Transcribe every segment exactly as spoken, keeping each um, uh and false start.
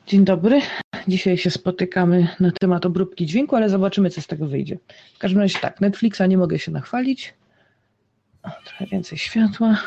Dzień dobry. Dzisiaj się spotykamy na temat obróbki dźwięku, ale zobaczymy, co z tego wyjdzie. W każdym razie tak, Netflixa nie mogę się nachwalić. O, trochę więcej światła.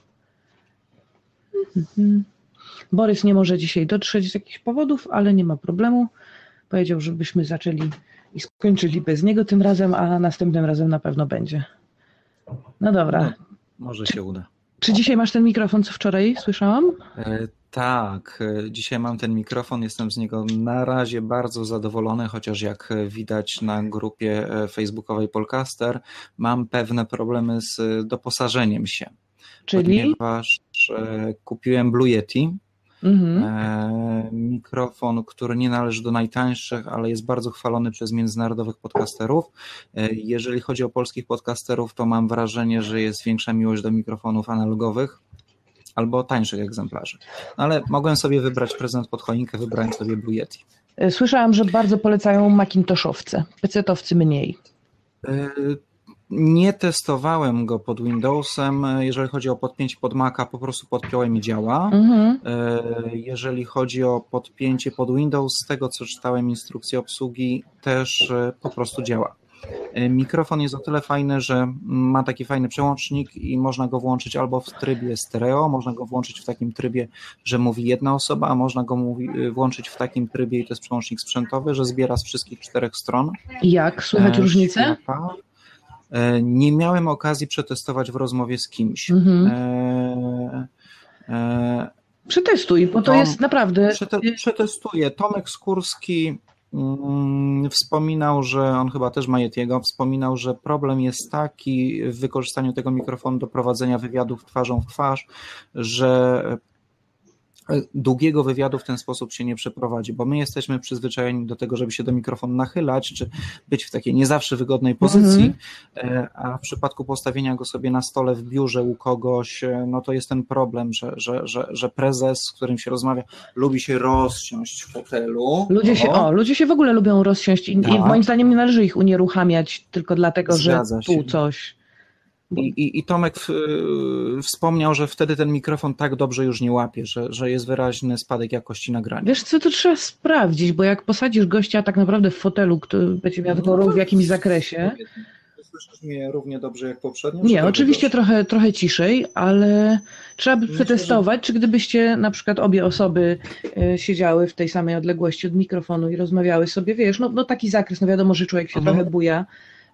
Borys nie może dzisiaj dotrzeć z jakichś powodów, ale nie ma problemu. Powiedział, żebyśmy zaczęli i skończyli bez niego tym razem, a następnym razem na pewno będzie. No dobra. No, może się uda. Czy dzisiaj masz ten mikrofon, co wczoraj słyszałam? E, tak, dzisiaj mam ten mikrofon, jestem z niego na razie bardzo zadowolony, chociaż jak widać na grupie facebookowej Polcaster, mam pewne problemy z doposażeniem się. Czyli? Ponieważ e, kupiłem Blue Yeti, mhm. e, mikrofon, który nie należy do najtańszych, ale jest bardzo chwalony przez międzynarodowych podcasterów. E, jeżeli chodzi o polskich podcasterów, to mam wrażenie, że jest większa miłość do mikrofonów analogowych albo tańszych egzemplarzy. Ale mogłem sobie wybrać prezent pod choinkę, wybrałem sobie Blue Yeti. Słyszałam, że bardzo polecają Macintoshowcy, pecetowcy mniej. E, Nie testowałem go pod Windowsem, jeżeli chodzi o podpięcie pod Maca, po prostu podpiąłem i działa. Mhm. Jeżeli chodzi o podpięcie pod Windows, z tego co czytałem instrukcję obsługi, też po prostu działa. Mikrofon jest o tyle fajny, że ma taki fajny przełącznik i można go włączyć albo w trybie stereo, można go włączyć w takim trybie, że mówi jedna osoba, a można go mówi, włączyć w takim trybie, i to jest przełącznik sprzętowy, że zbiera z wszystkich czterech stron. Jak? Słychać różnicę? Świata. Nie miałem okazji przetestować w rozmowie z kimś. Mhm. E, e, Przetestuj, bo to Tom, jest naprawdę... Przete, przetestuję. Tomek Skórski mm, wspominał, że on chyba też ma Yetiego, wspominał, że problem jest taki w wykorzystaniu tego mikrofonu do prowadzenia wywiadów twarzą w twarz, że długiego wywiadu w ten sposób się nie przeprowadzi, bo my jesteśmy przyzwyczajeni do tego, żeby się do mikrofonu nachylać, czy być w takiej nie zawsze wygodnej pozycji, mm-hmm. a w przypadku postawienia go sobie na stole w biurze u kogoś, no to jest ten problem, że, że, że, że prezes, z którym się rozmawia, lubi się rozsiąść w fotelu. Ludzie się, o, ludzie się w ogóle lubią rozsiąść i, tak. i moim zdaniem nie należy ich unieruchamiać tylko dlatego, Zgadza że tu się. coś... I, i, I Tomek w, wspomniał, że wtedy ten mikrofon tak dobrze już nie łapie, że, że jest wyraźny spadek jakości nagrania. Wiesz co, to trzeba sprawdzić, bo jak posadzisz gościa tak naprawdę w fotelu, który będzie miał tylko ruch w jakimś zakresie... Słyszysz mnie równie dobrze jak poprzednio? Nie, oczywiście trochę, trochę ciszej, ale trzeba by przetestować, czy gdybyście na przykład obie osoby siedziały w tej samej odległości od mikrofonu i rozmawiały sobie, wiesz, no, no taki zakres, no wiadomo, że człowiek się mhm. trochę buja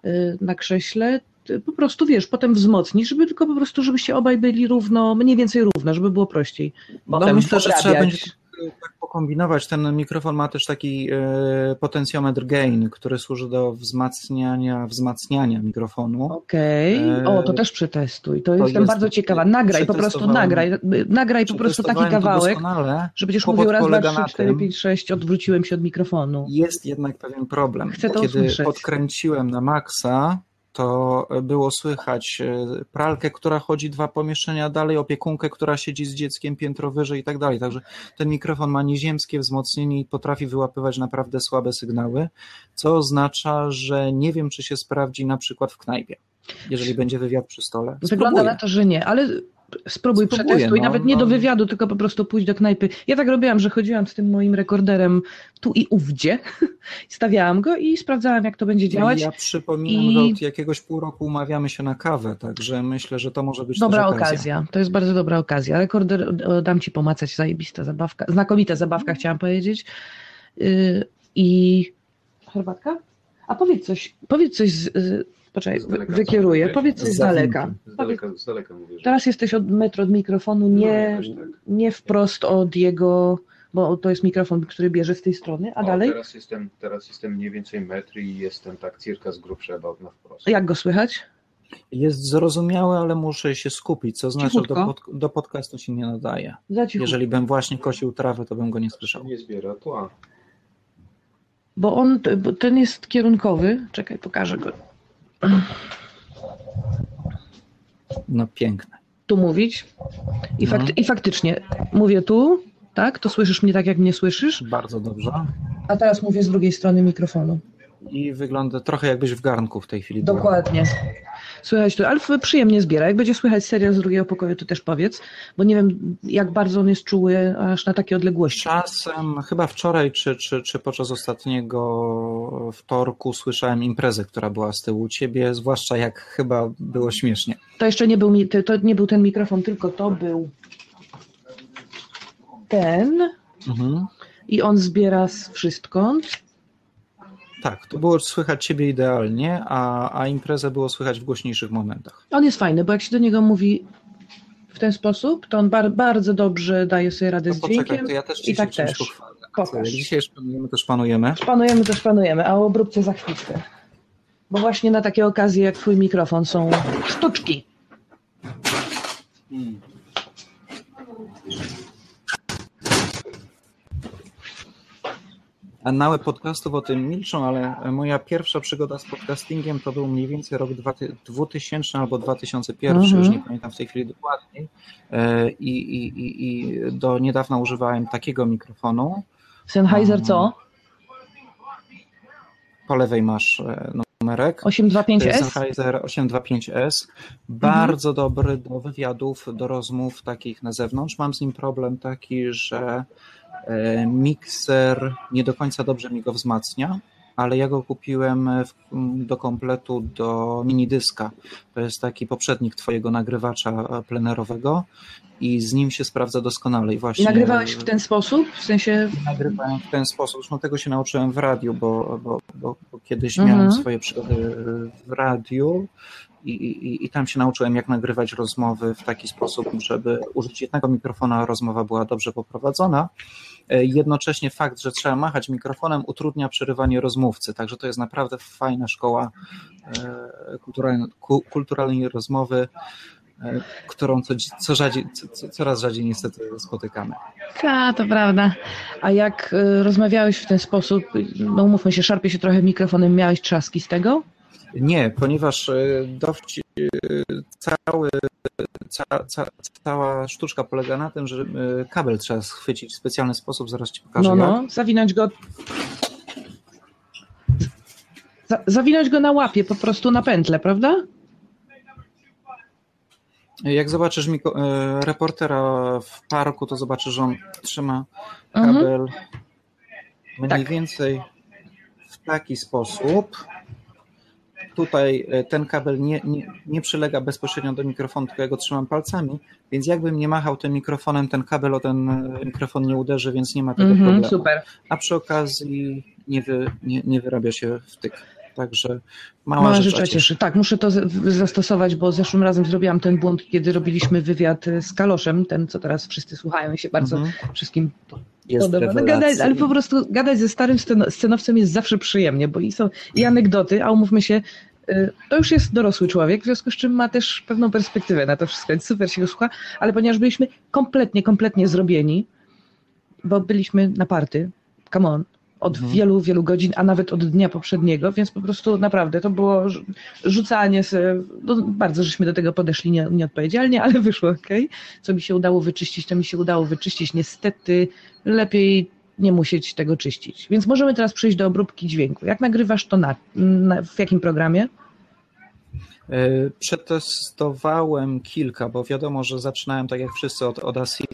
na krześle, po prostu wiesz, potem wzmocnisz, żeby tylko po prostu, żebyście obaj byli równo, mniej więcej równo, żeby było prościej. No myślę, poprawiać. że trzeba będzie tak pokombinować. Ten mikrofon ma też taki e, potencjometr gain, który służy do wzmacniania, wzmacniania mikrofonu. Okej, okay. O, to też przetestuj, to, to jestem jest, bardzo ciekawa. Nagraj, po prostu nagraj, nagraj po prostu taki kawałek, że będziesz mówił raz, dwa, trzy, cztery, pięć, sześć, odwróciłem się od mikrofonu. Jest jednak pewien problem. Chcę to Kiedy usłyszeć. podkręciłem na maksa, to było słychać pralkę, która chodzi dwa pomieszczenia dalej, opiekunkę, która siedzi z dzieckiem piętro wyżej i tak dalej. Także ten mikrofon ma nieziemskie wzmocnienie i potrafi wyłapywać naprawdę słabe sygnały, co oznacza, że nie wiem, czy się sprawdzi na przykład w knajpie, jeżeli będzie wywiad przy stole. Spróbuję. Wygląda na to, że nie, ale spróbuj, Spróbuję, przetestuj, no, nawet nie no. do wywiadu, tylko po prostu pójść do knajpy. Ja tak robiłam, że chodziłam z tym moim rekorderem tu i ówdzie, stawiałam go i sprawdzałam, jak to będzie działać. Ja przypominam, I... że od jakiegoś pół roku umawiamy się na kawę, także myślę, że to może być dobra też okazja. okazja. To jest bardzo dobra okazja. Rekorder dam ci pomacać, zajebista zabawka, znakomita zabawka, chciałam powiedzieć. Yy, I herbatka? A powiedz coś, powiedz coś z... Poczekaj, wykieruję. Powiedz coś z daleka. Z daleka, z daleka mówię, że... Teraz jesteś od metr od mikrofonu, nie, no, tak. nie wprost od jego, bo to jest mikrofon, który bierze z tej strony, a o, dalej? Teraz jestem, teraz jestem mniej więcej metr i jestem tak cirka z grubsza about na wprost. Jak go słychać? Jest zrozumiałe, ale muszę się skupić, co znaczy do, pod, do podcastu się nie nadaje. Jeżeli bym właśnie kosił trawę, to bym go nie słyszał. Nie zbiera tła. Bo on, bo ten jest kierunkowy. Czekaj, pokażę go. No piękne. Tu mówić i, fakty- no. i faktycznie mówię tu, tak? To słyszysz mnie tak, jak mnie słyszysz? Bardzo dobrze. A teraz mówię z drugiej strony mikrofonu. I wygląda trochę jakbyś w garnku w tej chwili. Dokładnie. Była. słychać to, ale przyjemnie zbiera. Jak będzie słychać serial z drugiego pokoju, to też powiedz, bo nie wiem, jak bardzo on jest czuły aż na takie odległości. Czasem, chyba wczoraj, czy, czy, czy podczas ostatniego wtorku słyszałem imprezę, która była z tyłu ciebie, zwłaszcza jak chyba było śmiesznie. To jeszcze nie był, to nie był ten mikrofon, tylko to był ten mhm. i on zbiera z wszystkąd. Tak, to było słychać ciebie idealnie, a, a imprezę było słychać w głośniejszych momentach. On jest fajny, bo jak się do niego mówi w ten sposób, to on bar, bardzo dobrze daje sobie radę no z poczekaj, dźwiękiem. To ja też i tak też. Jak dzisiaj szpanujemy, to szpanujemy. Szpanujemy, to szpanujemy, a o obróbce za chwilkę. Bo właśnie na takie okazje jak twój mikrofon są sztuczki. Hmm. Annały podcastów o tym milczą, ale moja pierwsza przygoda z podcastingiem to był mniej więcej rok dwutysięczny albo dwa tysiące pierwszy, mhm. już nie pamiętam w tej chwili dokładnie. I, i, i, i do niedawna używałem takiego mikrofonu. Sennheiser co? Po lewej masz numerek. osiemset dwadzieścia pięć S? Sennheiser osiemset dwadzieścia pięć S. Bardzo mhm. dobry do wywiadów, do rozmów takich na zewnątrz. Mam z nim problem taki, że mikser nie do końca dobrze mi go wzmacnia, ale ja go kupiłem do kompletu do minidyska. To jest taki poprzednik twojego nagrywacza plenerowego i z nim się sprawdza doskonale. I właśnie nagrywałeś w ten sposób? W sensie... Nagrywałem w ten sposób. Zresztą tego się nauczyłem w radiu, bo, bo, bo, bo kiedyś mhm. miałem swoje przygody w radiu i, i, i tam się nauczyłem, jak nagrywać rozmowy w taki sposób, żeby użyć jednego mikrofonu, a rozmowa była dobrze poprowadzona. Jednocześnie fakt, że trzeba machać mikrofonem, utrudnia przerywanie rozmówcy, także to jest naprawdę fajna szkoła kulturalnej, kulturalnej rozmowy, którą co, co rzadziej, co, coraz rzadziej niestety spotykamy. Ta, to prawda. A jak rozmawiałeś w ten sposób, no umówmy się, szarpie się trochę mikrofonem, miałeś trzaski z tego? Nie, ponieważ dowcip, cały, ca, ca, cała sztuczka polega na tym, że kabel trzeba schwycić w specjalny sposób, zaraz ci pokażę. No, no, jak. zawinąć go. Za, zawinąć go na łapie, po prostu na pętlę, prawda? Jak zobaczysz Miko, reportera w parku, to zobaczysz, że on trzyma kabel mhm. mniej tak. więcej w taki sposób. Tutaj ten kabel nie, nie, nie przylega bezpośrednio do mikrofonu, tylko ja go trzymam palcami, więc jakbym nie machał tym mikrofonem, ten kabel o ten mikrofon nie uderzy, więc nie ma tego mm-hmm, problemu. Super. A przy okazji nie, wy, nie, nie wyrabia się wtyk. Także mała, mała rzecz, rzecz a cieszy. Tak, muszę to zastosować, bo zeszłym razem zrobiłam ten błąd, kiedy robiliśmy wywiad z Kaloszem, ten, co teraz wszyscy słuchają i się bardzo mm-hmm. wszystkim podoba. No, gadać, ale po prostu gadać ze starym scenowcem jest zawsze przyjemnie, bo i są i anegdoty, a umówmy się, to już jest dorosły człowiek, w związku z czym ma też pewną perspektywę na to wszystko, więc super się go słucha, ale ponieważ byliśmy kompletnie, kompletnie zrobieni, bo byliśmy na party, come on, od mhm. wielu, wielu godzin, a nawet od dnia poprzedniego, więc po prostu naprawdę to było rzucanie sobie, no bardzo żeśmy do tego podeszli nie, nieodpowiedzialnie, ale wyszło okej. Okay. Co mi się udało wyczyścić, to mi się udało wyczyścić. Niestety lepiej nie musieć tego czyścić. Więc możemy teraz przejść do obróbki dźwięku. Jak nagrywasz to na, na w jakim programie? Przetestowałem kilka, bo wiadomo, że zaczynałem tak jak wszyscy od Audacity.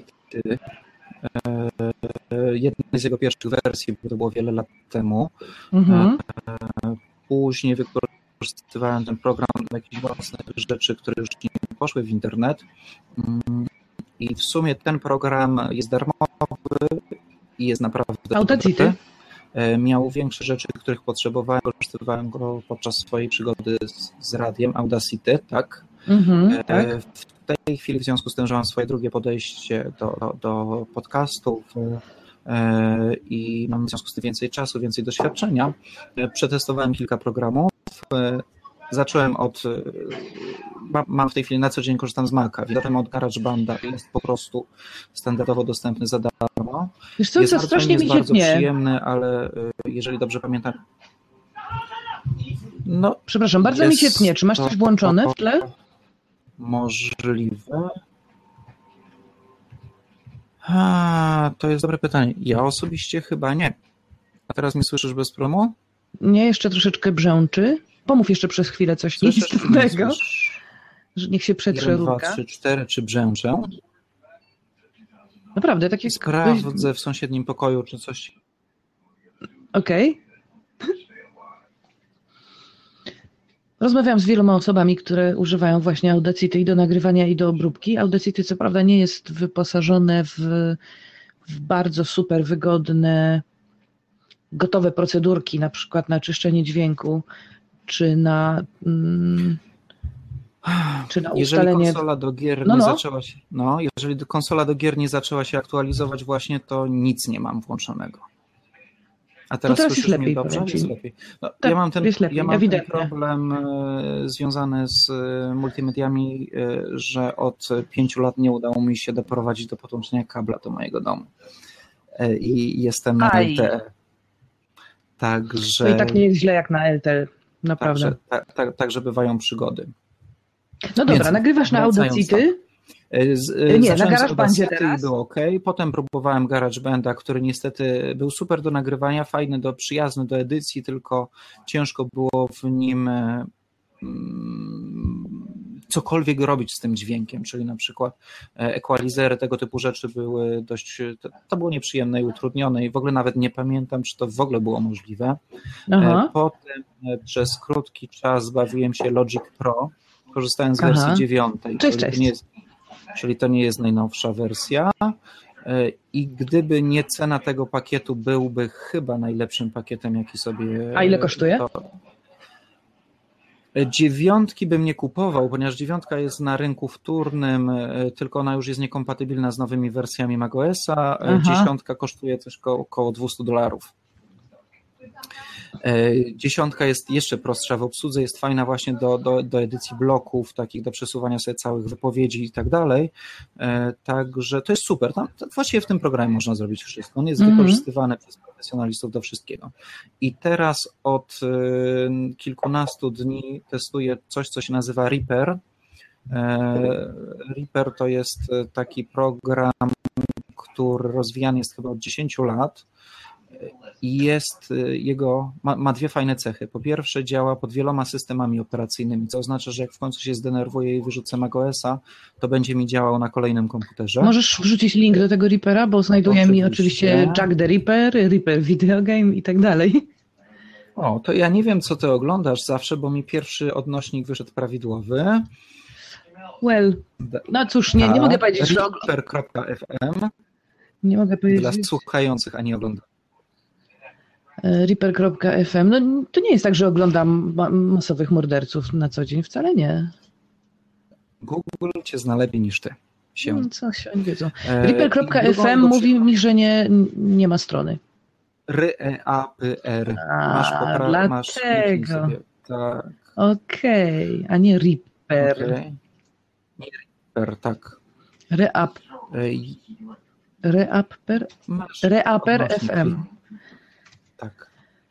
Jednej z jego pierwszych wersji, bo to było wiele lat temu. Mhm. Później wykorzystywałem ten program do jakichś własnych rzeczy, które już nie poszły w internet. I w sumie ten program jest darmowy i jest naprawdę Audacity. Dobry. Miał większe rzeczy, których potrzebowałem. Wykorzystywałem go podczas swojej przygody z, z radiem Audacity, tak? Mhm, tak. W tej chwili, w związku z tym, że mam swoje drugie podejście do, do, do podcastów i mam w związku z tym więcej czasu, więcej doświadczenia, przetestowałem kilka programów. Zacząłem od, mam w tej chwili na co dzień korzystam z Maca, zatem od GarageBanda, jest po prostu standardowo dostępny za darmo. Wiesz co, jest co bardzo, strasznie jest mi się bardzo nie. przyjemny, ale jeżeli dobrze pamiętam, no, przepraszam, bardzo mi się tnie. Czy masz coś włączone w tle? Możliwe. A, to jest dobre pytanie. Ja osobiście chyba nie. A teraz mnie słyszysz bez promu? Nie, jeszcze troszeczkę brzęczy. Pomów jeszcze przez chwilę coś nieistotnego. że niech się przetrze jeden, dwa, rurka. trzy, cztery, czy brzęczę. Naprawdę, tak jak... Sprawdzę w sąsiednim pokoju, czy coś... Okej. Okay. Rozmawiam z wieloma osobami, które używają właśnie Audacity i do nagrywania, i do obróbki. Audacity co prawda nie jest wyposażone w, w bardzo super wygodne, gotowe procedurki, na przykład na czyszczenie dźwięku, czy na, mm, czy na jeżeli ustalenie... konsola do gier no, nie no. zaczęła się, no, jeżeli konsola do gier nie zaczęła się aktualizować właśnie, to nic nie mam włączonego. A teraz, teraz słyszysz jest mnie lepiej, dobrze? powiem ci. Jest lepiej. No, Tak, ja mam ten, jest lepiej, ja mam ten ewidentnie. problem e, związany z e, multimediami, e, że od pięciu lat nie udało mi się doprowadzić do podłączenia kabla do mojego domu. E, I jestem na Aj. L T E. Także... No i tak nie jest źle jak na L T E, naprawdę. Także, tak, tak, także bywają przygody. No dobra, Więc nagrywasz na Audacity. Z, nie, na zacząłem z GarageBandzie Audacity teraz. i było ok. Potem próbowałem GarageBanda, który niestety był super do nagrywania, fajny, do, przyjazny do edycji, tylko ciężko było w nim mm, cokolwiek robić z tym dźwiękiem, czyli na przykład equalizery, tego typu rzeczy były dość, to, to było nieprzyjemne i utrudnione i w ogóle nawet nie pamiętam, czy to w ogóle było możliwe. Aha. Potem przez krótki czas bawiłem się Logic Pro, korzystałem z Aha. wersji dziewiątej, Cześć, czyli, cześć. To nie jest, czyli to nie jest najnowsza wersja i gdyby nie cena tego pakietu, byłby chyba najlepszym pakietem, jaki sobie... A ile kosztuje? To... Dziewiątki bym nie kupował, ponieważ dziewiątka jest na rynku wtórnym, tylko ona już jest niekompatybilna z nowymi wersjami macOSa. Aha. Dziesiątka kosztuje coś ko- około dwieście dolarów. Dziesiątka jest jeszcze prostsza w obsłudze, jest fajna właśnie do, do, do edycji bloków, takich do przesuwania sobie całych wypowiedzi i tak dalej. Także to jest super. Tam, to właściwie w tym programie można zrobić wszystko. On jest Mhm. wykorzystywany przez profesjonalistów do wszystkiego. I teraz od y, kilkunastu dni testuję coś, co się nazywa Reaper. E, Reaper to jest taki program, który rozwijany jest chyba od dziesięciu lat. I jest jego, ma, ma dwie fajne cechy. Po pierwsze, działa pod wieloma systemami operacyjnymi, co oznacza, że jak w końcu się zdenerwuję i wyrzucę macOSa, to będzie mi działał na kolejnym komputerze. Możesz wrzucić link do tego Reapera, bo znajduje Oczywiście. mi oczywiście Jack the Ripper, Reaper Video Game i tak dalej. O, to ja nie wiem, co ty oglądasz zawsze, bo mi pierwszy odnośnik wyszedł prawidłowy. Well, no cóż, nie, nie mogę powiedzieć, że oglądam. Reaper kropka f m Nie mogę powiedzieć. dla słuchających, a nie oglądających. Reaper kropka f m. No to nie jest tak, że oglądam ma- masowych morderców na co dzień, wcale nie. Google cię zna lepiej niż ty. Się. No, coś oni wiedzą. E, Reaper kropka f m i drugą mówi mi, że nie, nie ma strony. R-E-A-P-R. A, Masz popra- masz dlatego. sobie. Tak. Okej, okay. A nie Reaper. Okay. Nie Reaper, tak. Reap, Ej, Reaper, masz Reaper odnośnik. F M. Tak.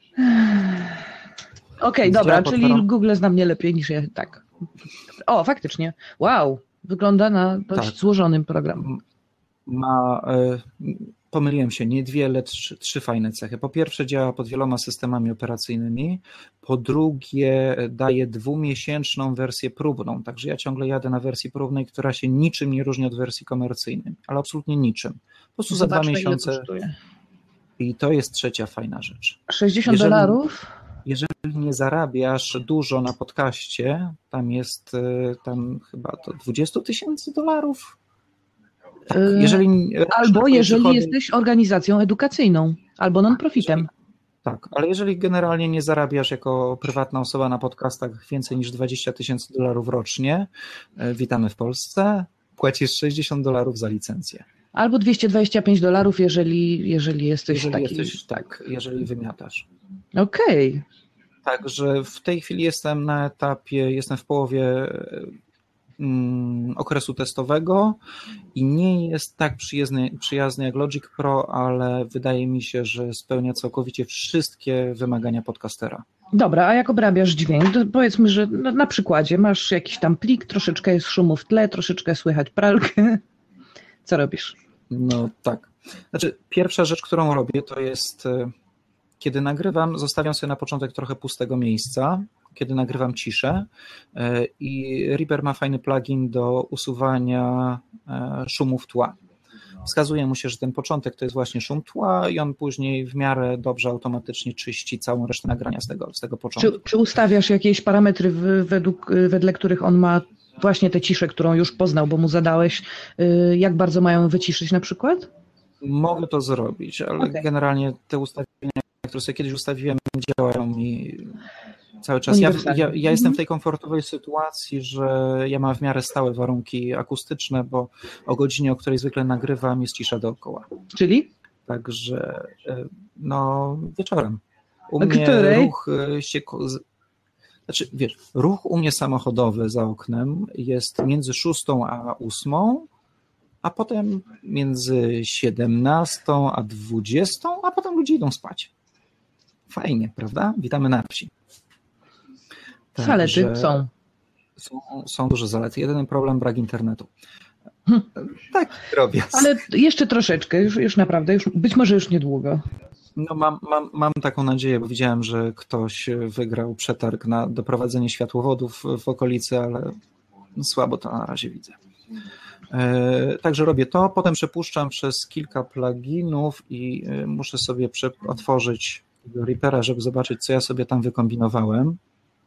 Okej, okay, Więc dobra, ja czyli potwieram- Google zna mnie lepiej niż ja. Tak. O, faktycznie. Wow, wygląda na dość Tak. złożonym program. Ma, e, pomyliłem się, nie dwie, lecz trzy, trzy fajne cechy. Po pierwsze, działa pod wieloma systemami operacyjnymi. Po drugie, daje dwumiesięczną wersję próbną. Także ja ciągle jadę na wersji próbnej, która się niczym nie różni od wersji komercyjnej, ale absolutnie niczym. Po prostu za dwa Zobaczmy, ile miesiące. kosztuje. I to jest trzecia fajna rzecz. sześćdziesiąt Jeżeli- dolarów? Jeżeli nie zarabiasz dużo na podcaście, tam jest y, tam chyba to dwadzieścia tysięcy dolarów. Tak, Yy, jeżeli Albo twoje jeżeli przychody- jesteś organizacją edukacyjną, albo non-profitem. Tak, ale jeżeli generalnie nie zarabiasz jako prywatna osoba na podcastach więcej niż dwadzieścia tysięcy dolarów rocznie, y, witamy w Polsce, płacisz sześćdziesiąt dolarów za licencję. Albo dwieście dwadzieścia pięć dolarów, jeżeli, jeżeli jesteś Jeżeli taki... jesteś, tak, jeżeli wymiatasz. Okej. Także w tej chwili jestem na etapie, jestem w połowie mm, okresu testowego i nie jest tak przyjazny, przyjazny jak Logic Pro, ale wydaje mi się, że spełnia całkowicie wszystkie wymagania podcastera. Dobra, a jak obrabiasz dźwięk? To powiedzmy, że na, na przykładzie masz jakiś tam plik, troszeczkę jest szumu w tle, troszeczkę słychać pralkę. Co robisz? No tak. Znaczy, pierwsza rzecz, którą robię, to jest, e, kiedy nagrywam, zostawiam sobie na początek trochę pustego miejsca, kiedy nagrywam ciszę i Reaper ma fajny plugin do usuwania szumów tła. Wskazuje mu się, że ten początek to jest właśnie szum tła i on później w miarę dobrze automatycznie czyści całą resztę nagrania z tego, z tego początku. Czy, czy ustawiasz jakieś parametry według, wedle których on ma właśnie tę ciszę, którą już poznał, bo mu zadałeś, jak bardzo mają wyciszyć na przykład? Mogę to zrobić, ale okay. Generalnie te ustawienia, które sobie kiedyś ustawiłem, działają mi cały czas. Ja, ja, ja jestem w tej komfortowej sytuacji, że ja mam w miarę stałe warunki akustyczne, bo o godzinie, o której zwykle nagrywam, jest cisza dookoła. Czyli? Także no wieczorem. U a mnie której? ruch się... Znaczy, wiesz, ruch u mnie samochodowy za oknem jest między szóstą a ósmą, a potem między siedemnastą a dwudziestą, a potem ludzie idą spać. Fajnie, prawda? Witamy na wsi. Tak, zalety są. są. Są duże zalety. Jedyny problem, brak internetu. Hm. Tak robię. Ale jeszcze troszeczkę, już, już naprawdę, już, być może już niedługo. No mam, mam, mam taką nadzieję, bo widziałem, że ktoś wygrał przetarg na doprowadzenie światłowodów w okolicy, ale słabo to na razie widzę. Także robię to, potem przepuszczam przez kilka pluginów i muszę sobie otworzyć Reapera, żeby zobaczyć, co ja sobie tam wykombinowałem.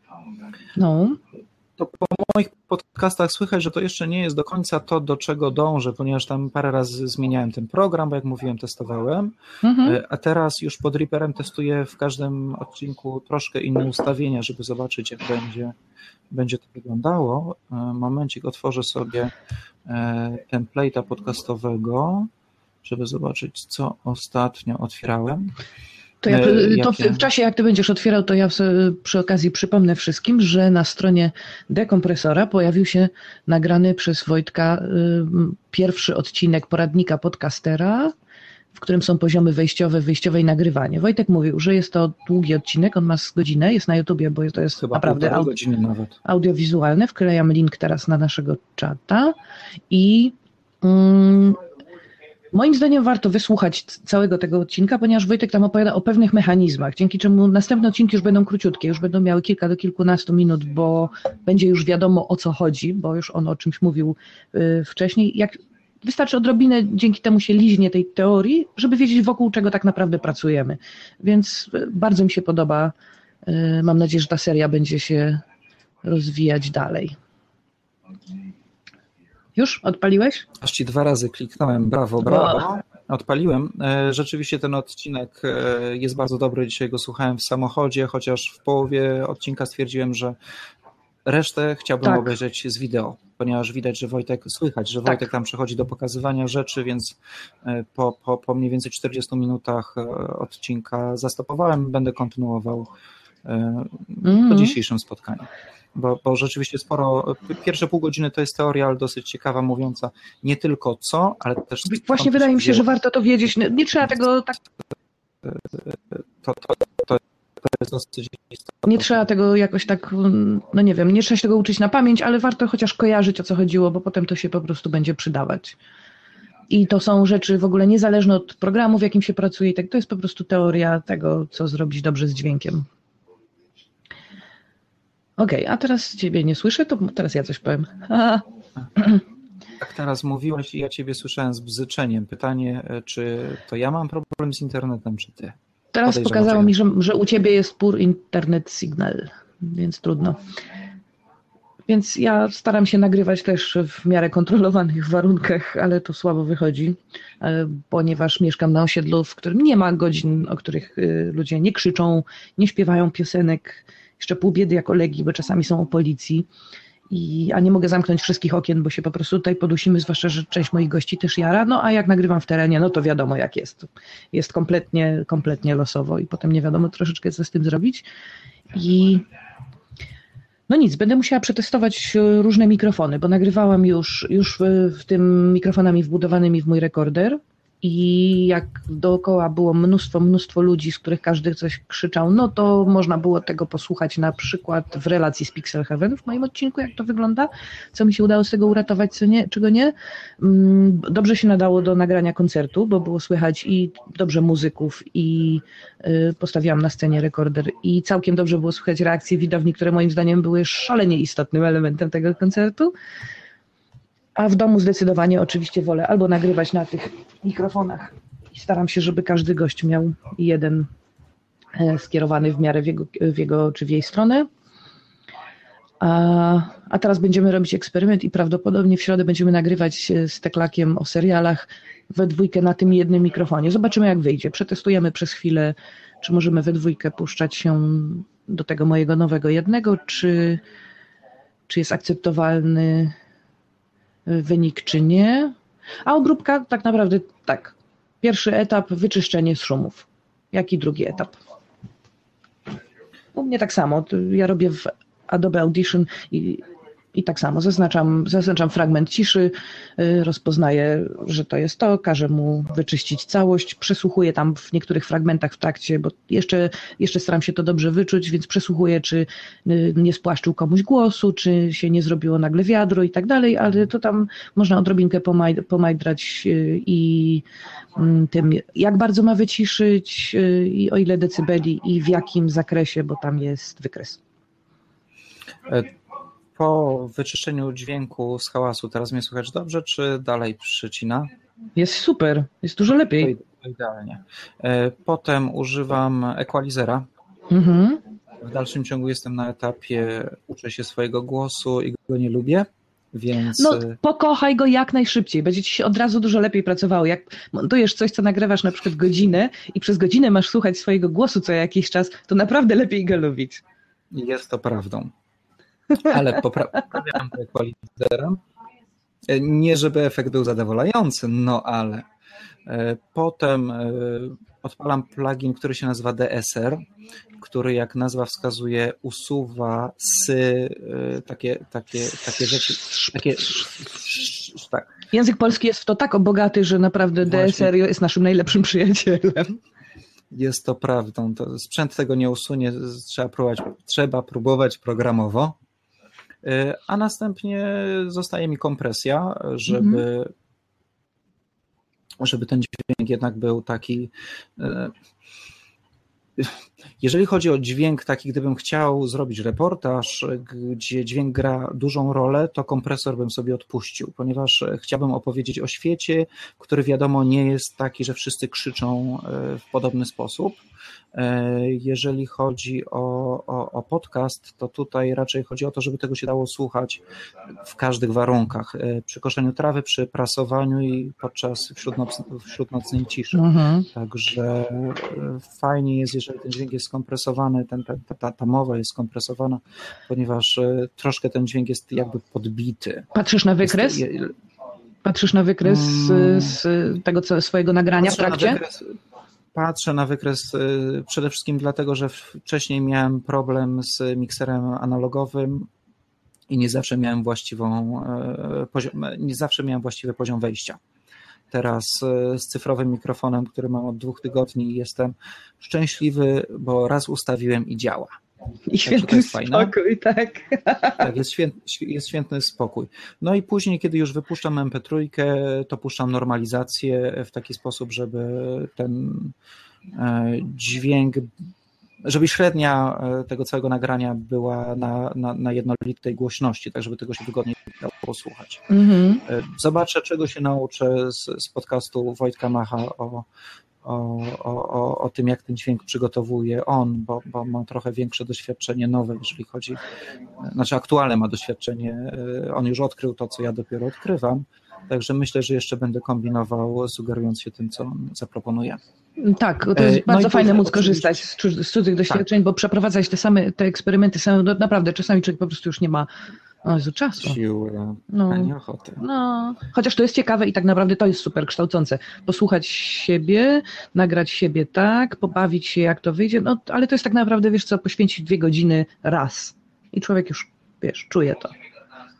No. To po moich podcastach słychać, że to jeszcze nie jest do końca to, do czego dążę, ponieważ tam parę razy zmieniałem ten program, bo jak mówiłem, testowałem, mhm. a teraz już pod Reaperem testuję w każdym odcinku troszkę inne ustawienia, żeby zobaczyć, jak będzie, będzie to wyglądało. Momencik, otworzę sobie template'a podcastowego, żeby zobaczyć, co ostatnio otwierałem. To, ja, to w, w czasie, jak ty będziesz otwierał, to ja przy okazji przypomnę wszystkim, że na stronie Dekompresora pojawił się nagrany przez Wojtka pierwszy odcinek poradnika podcastera, w którym są poziomy wejściowe, wyjściowe i nagrywanie. Wojtek mówił, że jest to długi odcinek, on ma z godzinę, jest na YouTubie, bo to jest chyba naprawdę audio, godziny nawet. audiowizualne. Wklejam link teraz na naszego czata i... Mm, moim zdaniem warto wysłuchać całego tego odcinka, ponieważ Wojtek tam opowiada o pewnych mechanizmach, dzięki czemu następne odcinki już będą króciutkie, już będą miały kilka do kilkunastu minut, bo będzie już wiadomo, o co chodzi, bo już on o czymś mówił wcześniej. Jak wystarczy odrobinę, dzięki temu się liźnie tej teorii, żeby wiedzieć, wokół czego tak naprawdę pracujemy. Więc bardzo mi się podoba. Mam nadzieję, że ta seria będzie się rozwijać dalej. Już? Odpaliłeś? Aż ci dwa razy kliknąłem. Brawo, brawo. Odpaliłem. Rzeczywiście ten odcinek jest bardzo dobry. Dzisiaj go słuchałem w samochodzie, chociaż w połowie odcinka stwierdziłem, że resztę chciałbym tak. obejrzeć z wideo, ponieważ widać, że Wojtek, słychać, że Wojtek tak. tam przechodzi do pokazywania rzeczy, więc po, po, po mniej więcej czterdziestu minutach odcinka zastopowałem, będę kontynuował mm. po dzisiejszym spotkaniu. Bo, bo rzeczywiście sporo, pierwsze pół godziny to jest teoria, ale dosyć ciekawa, mówiąca nie tylko co, ale też... Właśnie wydaje mi się, że warto to wiedzieć, nie trzeba tego tak... To, to, to, to jest dosyć istotne. Nie trzeba tego jakoś tak, no nie wiem, nie trzeba się tego uczyć na pamięć, ale warto chociaż kojarzyć, o co chodziło, bo potem to się po prostu będzie przydawać. I to są rzeczy w ogóle niezależne od programu, w jakim się pracuje, tak, to jest po prostu teoria tego, co zrobić dobrze z dźwiękiem. Okej, okay, a teraz ciebie nie słyszę, to teraz ja coś powiem. Jak teraz mówiłaś i ja ciebie słyszałem z bzyczeniem. Pytanie, czy to ja mam problem z internetem, czy ty? Teraz Podejrzewam, pokazało mi, że, że u ciebie jest poor internet signal, więc trudno. Więc ja staram się nagrywać też w miarę kontrolowanych warunkach, ale to słabo wychodzi, ponieważ mieszkam na osiedlu, w którym nie ma godzin, o których ludzie nie krzyczą, nie śpiewają piosenek. Jeszcze pół biedy jako legi, bo czasami są o policji, i, a nie mogę zamknąć wszystkich okien, bo się po prostu tutaj podusimy, zwłaszcza, że część moich gości też jara, no a jak nagrywam w terenie, no to wiadomo jak jest. Jest kompletnie, kompletnie losowo i potem nie wiadomo troszeczkę co z tym zrobić. I no nic, będę musiała przetestować różne mikrofony, bo nagrywałam już, już w, w tym mikrofonami wbudowanymi w mój rekorder i jak dookoła było mnóstwo, mnóstwo ludzi, z których każdy coś krzyczał, no to można było tego posłuchać na przykład w relacji z Pixel Heaven w moim odcinku, jak to wygląda, co mi się udało z tego uratować, co nie, czego nie. Dobrze się nadało do nagrania koncertu, bo było słychać i dobrze muzyków i postawiłam na scenie rekorder i całkiem dobrze było słychać reakcje widowni, które moim zdaniem były szalenie istotnym elementem tego koncertu. A w domu zdecydowanie oczywiście wolę albo nagrywać na tych mikrofonach i staram się, żeby każdy gość miał jeden skierowany w miarę w jego, w jego czy w jej stronę. A, a teraz będziemy robić eksperyment i prawdopodobnie w środę będziemy nagrywać z Teklakiem o serialach we dwójkę na tym jednym mikrofonie. Zobaczymy, jak wyjdzie. Przetestujemy przez chwilę, czy możemy we dwójkę puszczać się do tego mojego nowego jednego, czy, czy jest akceptowalny wynik, czy nie. A obróbka tak naprawdę tak. Pierwszy etap wyczyszczenie z szumów. Jak i drugi etap. U mnie tak samo. Ja robię w Adobe Audition i, i tak samo. Zaznaczam, zaznaczam fragment ciszy, rozpoznaję, że to jest to, każę mu wyczyścić całość, przesłuchuję tam w niektórych fragmentach w trakcie, bo jeszcze, jeszcze staram się to dobrze wyczuć, więc przesłuchuję, czy nie spłaszczył komuś głosu, czy się nie zrobiło nagle wiadro i tak dalej, ale to tam można odrobinkę pomaj, pomajdrać i tym, jak bardzo ma wyciszyć i o ile decybeli i w jakim zakresie, bo tam jest wykres. Po wyczyszczeniu dźwięku z hałasu teraz mnie słychać dobrze, czy dalej przycina? Jest super, jest dużo lepiej. To idealnie. Potem używam equalizera. Mhm. W dalszym ciągu jestem na etapie, uczę się swojego głosu i go nie lubię, więc... No pokochaj go jak najszybciej, będzie ci się od razu dużo lepiej pracowało. Jak montujesz coś, co nagrywasz na przykład godzinę i przez godzinę masz słuchać swojego głosu co jakiś czas, to naprawdę lepiej go lubić. Jest to prawdą. Ale poprawiam to equalizerem. Nie, żeby efekt był zadowalający, no ale potem odpalam plugin, który się nazywa D S R, który jak nazwa wskazuje usuwa sy, takie, takie, takie rzeczy, takie, tak. Język polski jest w to tak bogaty, że naprawdę D S R jest naszym najlepszym przyjacielem. Jest to prawdą. To sprzęt tego nie usunie, trzeba próbować, trzeba próbować programowo. A następnie zostaje mi kompresja, żeby, mhm. żeby ten dźwięk jednak był taki... Jeżeli chodzi o dźwięk taki, gdybym chciał zrobić reportaż, gdzie dźwięk gra dużą rolę, to kompresor bym sobie odpuścił, ponieważ chciałbym opowiedzieć o świecie, który wiadomo nie jest taki, że wszyscy krzyczą w podobny sposób. Jeżeli chodzi o, o, o podcast, to tutaj raczej chodzi o to, żeby tego się dało słuchać w każdych warunkach. Przy koszeniu trawy, przy prasowaniu i podczas wśródnocnej ciszy. Mhm. Także fajnie jest, jeżeli ten dźwięk jest skompresowany, ten, ta, ta, ta mowa jest skompresowana, ponieważ troszkę ten dźwięk jest jakby podbity. Patrzysz na wykres? Jest, Patrzysz na wykres z, z tego co, swojego nagrania w trakcie? Patrzę na wykres przede wszystkim dlatego, że wcześniej miałem problem z mikserem analogowym i nie zawsze miałem właściwą poziom, nie zawsze miałem właściwy poziom wejścia. Teraz z cyfrowym mikrofonem, który mam od dwóch tygodni, jestem szczęśliwy, bo raz ustawiłem i działa. I świetny spokój, tak. Tak, jest świętny, jest świętny spokój. No i później, kiedy już wypuszczam em pe trzy, to puszczam normalizację w taki sposób, żeby ten dźwięk, żeby średnia tego całego nagrania była na, na, na jednolitej głośności, tak żeby tego się wygodnie dało posłuchać. Mm-hmm. Zobaczę, czego się nauczę z, z podcastu Wojtka Macha o O, o, o tym, jak ten dźwięk przygotowuje on, bo, bo ma trochę większe doświadczenie nowe, jeżeli chodzi, znaczy aktualne ma doświadczenie, on już odkrył to, co ja dopiero odkrywam, także myślę, że jeszcze będę kombinował, sugerując się tym, co on zaproponuje. Tak, to jest no bardzo fajne móc korzystać z, z cudzych doświadczeń, tak. Bo przeprowadzać te same, te eksperymenty same, no naprawdę czasami człowiek po prostu już nie ma o Jezu, czasu. Siły, no. ani ochoty. No. Chociaż to jest ciekawe i tak naprawdę to jest super kształcące. Posłuchać siebie, nagrać siebie tak, pobawić się jak to wyjdzie, no ale to jest tak naprawdę, wiesz co, poświęcić dwie godziny raz. I człowiek już, wiesz, czuje to.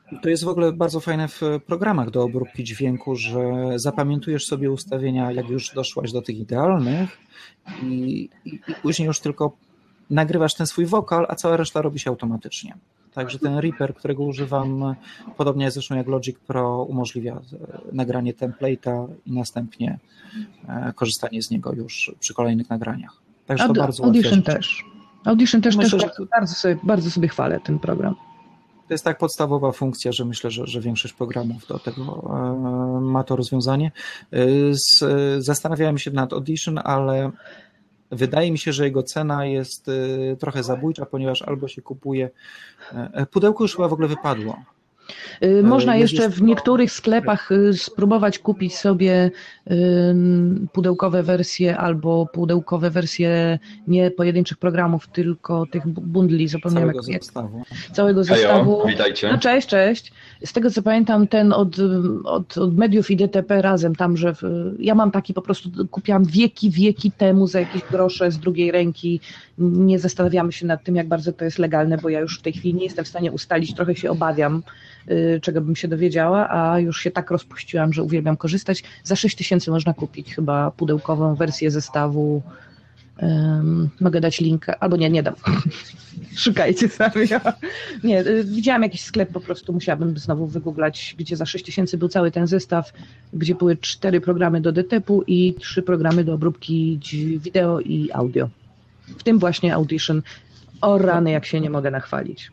To jest w ogóle bardzo fajne w programach do obróbki dźwięku, że zapamiętujesz sobie ustawienia, jak już doszłaś do tych idealnych i, i, i później już tylko nagrywasz ten swój wokal, a cała reszta robi się automatycznie. Także ten Reaper, którego używam, podobnie zresztą jak Logic Pro, umożliwia nagranie template'a i następnie korzystanie z niego już przy kolejnych nagraniach. Także to Aud- bardzo Audition łatwe też. Audition też, Myślę, też że to- bardzo, sobie, bardzo sobie chwalę ten program. To jest tak podstawowa funkcja, że myślę, że, że większość programów do tego e, ma to rozwiązanie. E, z, zastanawiałem się nad Audition, ale wydaje mi się, że jego cena jest e, trochę zabójcza, ponieważ albo się kupuje... E, pudełko już chyba w ogóle wypadło. Y, Można jest jeszcze jeszcze w niektórych sklepach y, spróbować kupić sobie y, pudełkowe wersje albo pudełkowe wersje nie pojedynczych programów, tylko tych bu- bundli, zapomniałem Całego jak, jak, zestawu. całego zestawu. Hejo, witajcie. No cześć, cześć. Z tego co pamiętam, ten od, od, od mediów i D T P razem tam, że w, ja mam taki po prostu, kupiłam wieki, wieki temu za jakieś grosze z drugiej ręki. Nie zastanawiamy się nad tym, jak bardzo to jest legalne, bo ja już w tej chwili nie jestem w stanie ustalić, trochę się obawiam, y, czego bym się dowiedziała, a już się tak rozpuściłam, że uwielbiam korzystać. Za sześć tysięcy można kupić chyba pudełkową wersję zestawu. Um, mogę dać linkę, albo nie, nie dam. Szukajcie sami. Ja. Nie, y, widziałam jakiś sklep, po prostu musiałabym znowu wygooglać, gdzie za sześć tysięcy był cały ten zestaw, gdzie były cztery programy do D T P-u i trzy programy do obróbki dź- wideo i audio. W tym właśnie Audition. O rany, jak się nie mogę nachwalić.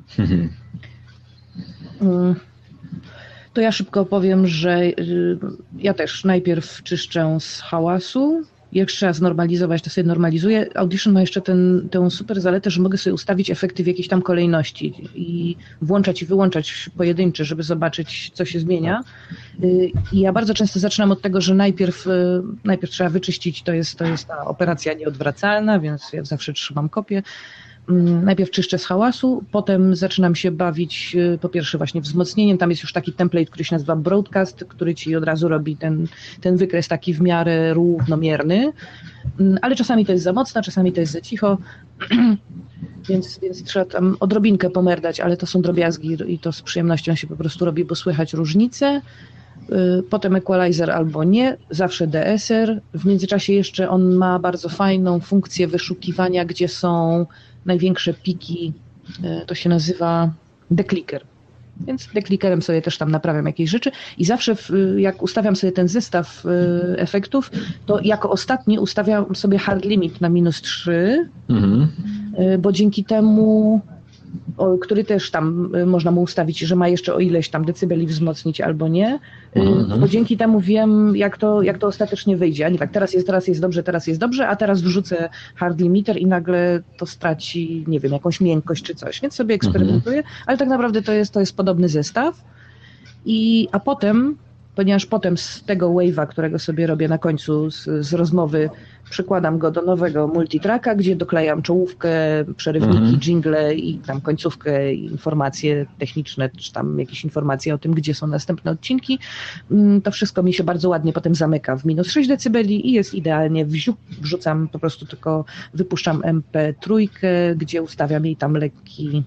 Mm. To ja szybko powiem, że y, ja też najpierw czyszczę z hałasu. Jak trzeba znormalizować, to sobie normalizuję. Audition ma jeszcze ten, tę super zaletę, że mogę sobie ustawić efekty w jakiejś tam kolejności i włączać i wyłączać pojedyncze, żeby zobaczyć, co się zmienia. Y, I ja bardzo często zaczynam od tego, że najpierw, y, najpierw trzeba wyczyścić, to jest, to jest ta operacja nieodwracalna, więc ja zawsze trzymam kopię. Mm, Najpierw czyszczę z hałasu, potem zaczynam się bawić y, po pierwsze właśnie wzmocnieniem. Tam jest już taki template, który się nazywa Broadcast, który ci od razu robi ten, ten wykres taki w miarę równomierny, Mm, ale czasami to jest za mocno, czasami to jest za cicho, więc, więc trzeba tam odrobinkę pomerdać, ale to są drobiazgi i to z przyjemnością się po prostu robi, bo słychać różnice. Y, Potem equalizer albo nie, zawsze D S R. W międzyczasie jeszcze on ma bardzo fajną funkcję wyszukiwania, gdzie są największe piki, y, to się nazywa declicker. Więc declickerem sobie też tam naprawiam jakieś rzeczy i zawsze w, jak ustawiam sobie ten zestaw y, efektów, to jako ostatni ustawiam sobie hard limit na minus trzy, Mhm. y, bo dzięki temu, o, który też tam y, można mu ustawić, że ma jeszcze o ileś tam decybeli wzmocnić albo nie, y, Mhm. bo dzięki temu wiem, jak to, jak to ostatecznie wyjdzie. A nie tak, teraz jest, teraz jest dobrze, teraz jest dobrze, a teraz wrzucę hard limiter i nagle to straci, nie wiem, jakąś miękkość czy coś, więc sobie eksperymentuję, ale tak naprawdę to jest, to jest podobny zestaw. I, a potem, ponieważ potem z tego wave'a, którego sobie robię na końcu z, z rozmowy, przykładam go do nowego multitracka, gdzie doklejam czołówkę, przerywniki, Mhm. jingle i tam końcówkę, i informacje techniczne, czy tam jakieś informacje o tym, gdzie są następne odcinki. Mm, To wszystko mi się bardzo ładnie potem zamyka w minus sześć decybeli i jest idealnie. Wziu, wrzucam po prostu tylko, wypuszczam em pe trzy, gdzie ustawiam jej tam lekki.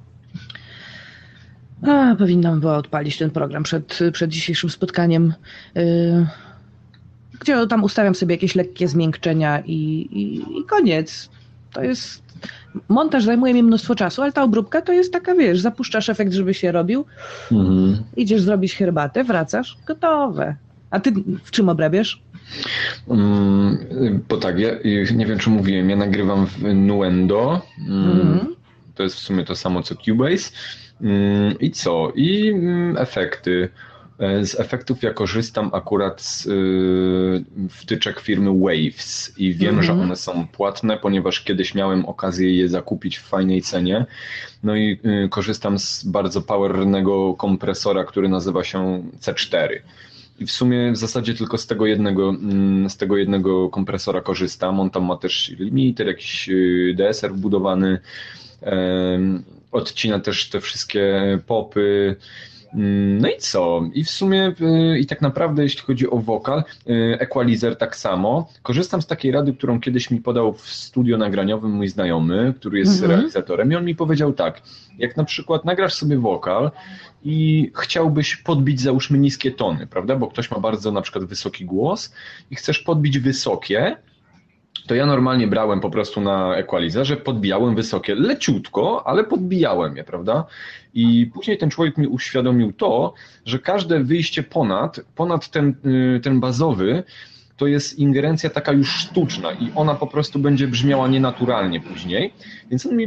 A, powinnam była odpalić ten program przed, przed dzisiejszym spotkaniem, yy, gdzie tam ustawiam sobie jakieś lekkie zmiękczenia i, i, i koniec. To jest, montaż zajmuje mi mnóstwo czasu, ale ta obróbka to jest taka, wiesz, zapuszczasz efekt, żeby się robił, Mhm. idziesz zrobić herbatę, wracasz, gotowe. A ty w czym obrabiasz? Mm, bo tak, ja y, nie wiem, czy mówiłem, ja nagrywam w Nuendo. Mm, Mhm. To jest w sumie to samo co Cubase. Mm, I co? I mm, efekty. E, Z efektów ja korzystam akurat z y, wtyczek firmy Waves i wiem, Mhm. że one są płatne, ponieważ kiedyś miałem okazję je zakupić w fajnej cenie. No i y, korzystam z bardzo powernego kompresora, który nazywa się C cztery. I w sumie w zasadzie tylko z tego jednego, mm, z tego jednego kompresora korzystam. On tam ma też limiter, jakiś y, D S R wbudowany. Em, Odcina też te wszystkie popy No i co? I w sumie, i tak naprawdę jeśli chodzi o wokal, equalizer tak samo. Korzystam z takiej rady, którą kiedyś mi podał w studio nagraniowym mój znajomy, który jest mhm. realizatorem i on mi powiedział tak, jak na przykład nagrasz sobie wokal i chciałbyś podbić załóżmy niskie tony, prawda, bo ktoś ma bardzo na przykład wysoki głos i chcesz podbić wysokie, to ja normalnie brałem po prostu na equalizerze, podbijałem wysokie, leciutko, ale podbijałem je, prawda? I później ten człowiek mi uświadomił to, że każde wyjście ponad, ponad ten, ten bazowy, to jest ingerencja taka już sztuczna i ona po prostu będzie brzmiała nienaturalnie później. Więc on mi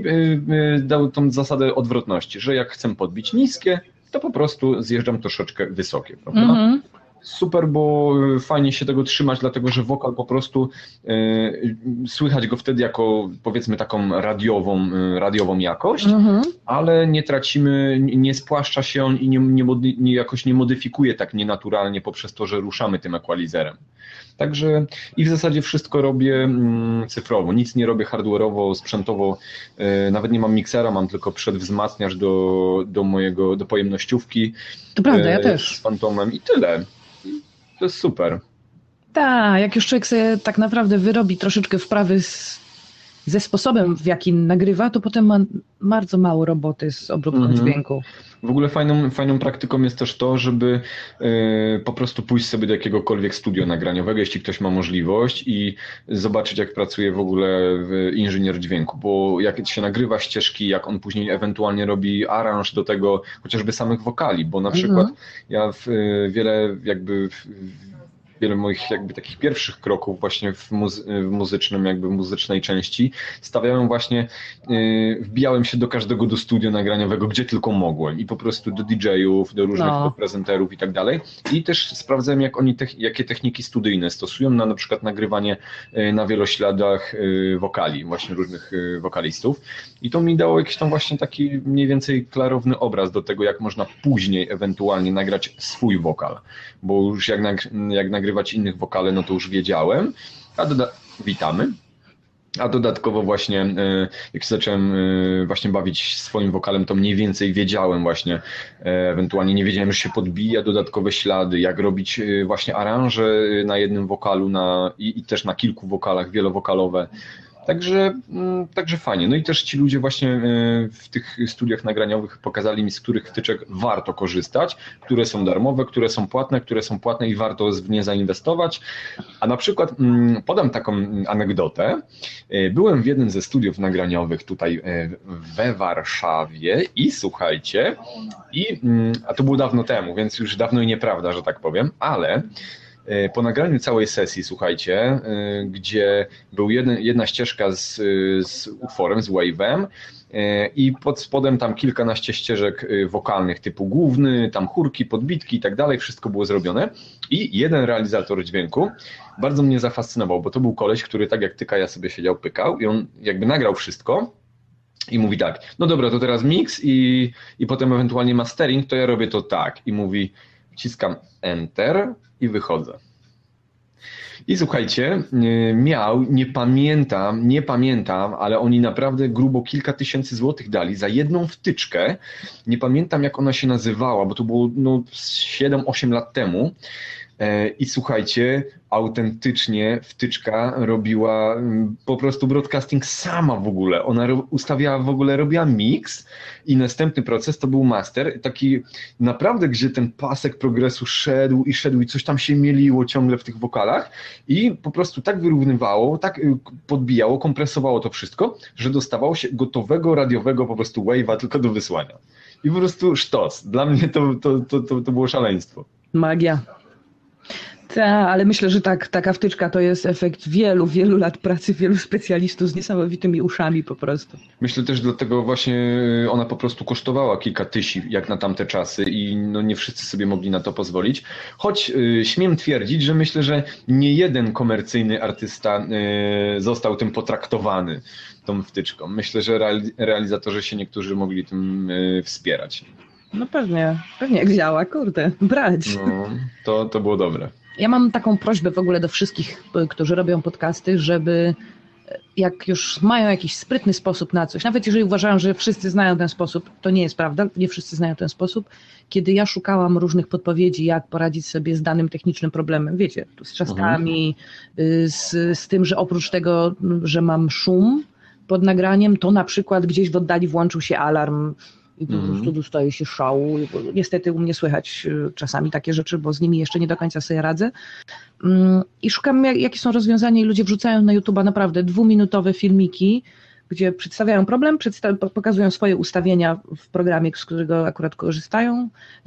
dał tą zasadę odwrotności, że jak chcę podbić niskie, to po prostu zjeżdżam troszeczkę wysokie, prawda? Mm-hmm. Super, bo fajnie się tego trzymać, dlatego że wokal po prostu y, słychać go wtedy jako powiedzmy taką radiową, y, radiową jakość, mhm. ale nie tracimy, nie spłaszcza się on i nie, nie, nie, jakoś nie modyfikuje tak nienaturalnie poprzez to, że ruszamy tym equalizerem. Także i w zasadzie wszystko robię mm, cyfrowo, nic nie robię hardware'owo, sprzętowo, y, nawet nie mam miksera, mam tylko przedwzmacniacz do, do mojego, do pojemnościówki. To prawda, ja też. Z Fantomem i tyle. To jest super. Tak, jak już człowiek sobie tak naprawdę wyrobi troszeczkę wprawy z, ze sposobem, w jaki nagrywa, to potem ma bardzo mało roboty z obróbką mm-hmm. dźwięku. W ogóle fajną, fajną praktyką jest też to, żeby y, po prostu pójść sobie do jakiegokolwiek studio nagraniowego, jeśli ktoś ma możliwość i zobaczyć, jak pracuje w ogóle inżynier dźwięku, bo jak się nagrywa ścieżki, jak on później ewentualnie robi aranż do tego, chociażby samych wokali, bo na przykład mm-hmm. ja w, wiele jakby w, wiele moich jakby takich pierwszych kroków właśnie w, muzy- w muzycznym, jakby muzycznej części stawiałem właśnie, yy, wbijałem się do każdego do studia nagraniowego, gdzie tylko mogłem i po prostu do D J-ów, do różnych no. prezenterów i tak dalej i też sprawdzałem, jak oni te- jakie techniki studyjne stosują na na przykład nagrywanie yy, na wielośladach yy, wokali, właśnie różnych yy, wokalistów i to mi dało jakiś tam właśnie taki mniej więcej klarowny obraz do tego, jak można później ewentualnie nagrać swój wokal, bo już jak, nag- jak nagrywać innych wokale, no to już wiedziałem, a doda- witamy, a dodatkowo właśnie jak się zacząłem właśnie bawić swoim wokalem, to mniej więcej wiedziałem właśnie, ewentualnie nie wiedziałem, że się podbija dodatkowe ślady, jak robić właśnie aranże na jednym wokalu na, i, i też na kilku wokalach, wielowokalowe. Także, także fajnie. No i też ci ludzie właśnie w tych studiach nagraniowych pokazali mi, z których wtyczek warto korzystać, które są darmowe, które są płatne, które są płatne i warto w nie zainwestować. A na przykład podam taką anegdotę. Byłem w jednym ze studiów nagraniowych tutaj we Warszawie i słuchajcie, i, a to było dawno temu, więc już dawno i nieprawda, że tak powiem, ale po nagraniu całej sesji, słuchajcie, gdzie był jeden, jedna ścieżka z, z utworem, z wave'em i pod spodem tam kilkanaście ścieżek wokalnych typu główny, tam chórki, podbitki i tak dalej, wszystko było zrobione i jeden realizator dźwięku bardzo mnie zafascynował, bo to był koleś, który tak jak tyka ja sobie siedział, pykał i on jakby nagrał wszystko i mówi tak, no dobra, to teraz mix i, i potem ewentualnie mastering, to ja robię to tak i mówi, wciskam enter i wychodzę. I słuchajcie, miał, nie pamiętam, nie pamiętam, ale oni naprawdę grubo kilka tysięcy złotych dali za jedną wtyczkę. Nie pamiętam, jak ona się nazywała, bo to było no, siedem osiem lat temu. I słuchajcie, autentycznie wtyczka robiła po prostu broadcasting sama w ogóle. Ona ustawiała w ogóle, robiła mix i następny proces to był master, taki naprawdę, gdzie ten pasek progresu szedł i szedł i coś tam się mieliło ciągle w tych wokalach i po prostu tak wyrównywało, tak podbijało, kompresowało to wszystko, że dostawało się gotowego radiowego po prostu wave'a tylko do wysłania. I po prostu sztos. Dla mnie to, to, to, to, to było szaleństwo. Magia. Tak, ale myślę, że tak, taka wtyczka to jest efekt wielu, wielu lat pracy, wielu specjalistów z niesamowitymi uszami po prostu. Myślę też dlatego właśnie ona po prostu kosztowała kilka tysięcy jak na tamte czasy i no nie wszyscy sobie mogli na to pozwolić. Choć y, śmiem twierdzić, że myślę, że nie jeden komercyjny artysta y, został tym potraktowany, tą wtyczką. Myślę, że reali- realizatorzy się niektórzy mogli tym y, wspierać. No pewnie, pewnie jak działa, kurde, brać. No, to, to było dobre. Ja mam taką prośbę w ogóle do wszystkich, którzy robią podcasty, żeby jak już mają jakiś sprytny sposób na coś, nawet jeżeli uważają, że wszyscy znają ten sposób, to nie jest prawda, nie wszyscy znają ten sposób. Kiedy ja szukałam różnych podpowiedzi, jak poradzić sobie z danym technicznym problemem, wiecie, tu z trzaskami, mhm. z, z tym, że oprócz tego, że mam szum pod nagraniem, to na przykład gdzieś w oddali włączył się alarm i po prostu mm. dostaje się szału. Niestety u mnie słychać czasami takie rzeczy, bo z nimi jeszcze nie do końca sobie radzę. I szukam, jakie są rozwiązania i ludzie wrzucają na YouTube'a naprawdę dwuminutowe filmiki, gdzie przedstawiają problem, przedstaw- pokazują swoje ustawienia w programie, z którego akurat korzystają.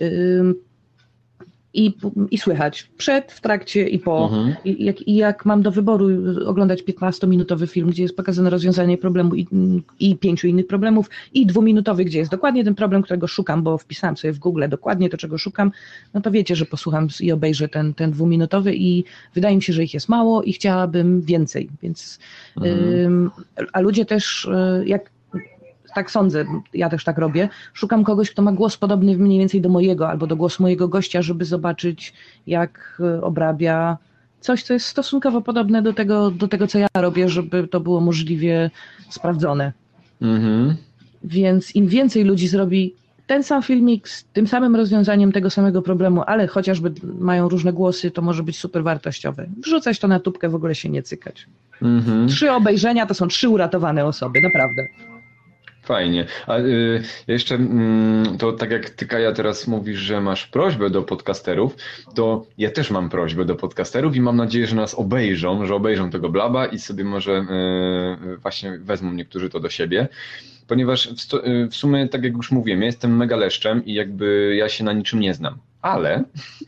I, i słychać przed, w trakcie i po. Mhm. I, jak, I jak mam do wyboru oglądać piętnastominutowy film, gdzie jest pokazane rozwiązanie problemu i, i pięciu innych problemów, i dwuminutowy, gdzie jest dokładnie ten problem, którego szukam, bo wpisałam sobie w Google dokładnie to, czego szukam, no to wiecie, że posłucham i obejrzę ten, ten dwuminutowy i wydaje mi się, że ich jest mało i chciałabym więcej. Więc, mhm. ym, a ludzie też, jak tak sądzę, ja też tak robię, szukam kogoś, kto ma głos podobny mniej więcej do mojego albo do głosu mojego gościa, żeby zobaczyć, jak obrabia coś, co jest stosunkowo podobne do tego, do tego co ja robię, żeby to było możliwie sprawdzone. Mhm. Więc im więcej ludzi zrobi ten sam filmik z tym samym rozwiązaniem tego samego problemu, ale chociażby mają różne głosy, to może być super wartościowe. Wrzucać to na tubkę, w ogóle się nie cykać. Mhm. Trzy obejrzenia to są trzy uratowane osoby, naprawdę. Fajnie. A y, jeszcze y, to tak jak ty, Kaja, teraz mówisz, że masz prośbę do podcasterów, to ja też mam prośbę do podcasterów i mam nadzieję, że nas obejrzą, że obejrzą tego blaba i sobie może y, właśnie wezmą niektórzy to do siebie. Ponieważ w, sto, y, w sumie, tak jak już mówiłem, ja jestem mega leszczem i jakby ja się na niczym nie znam. Ale,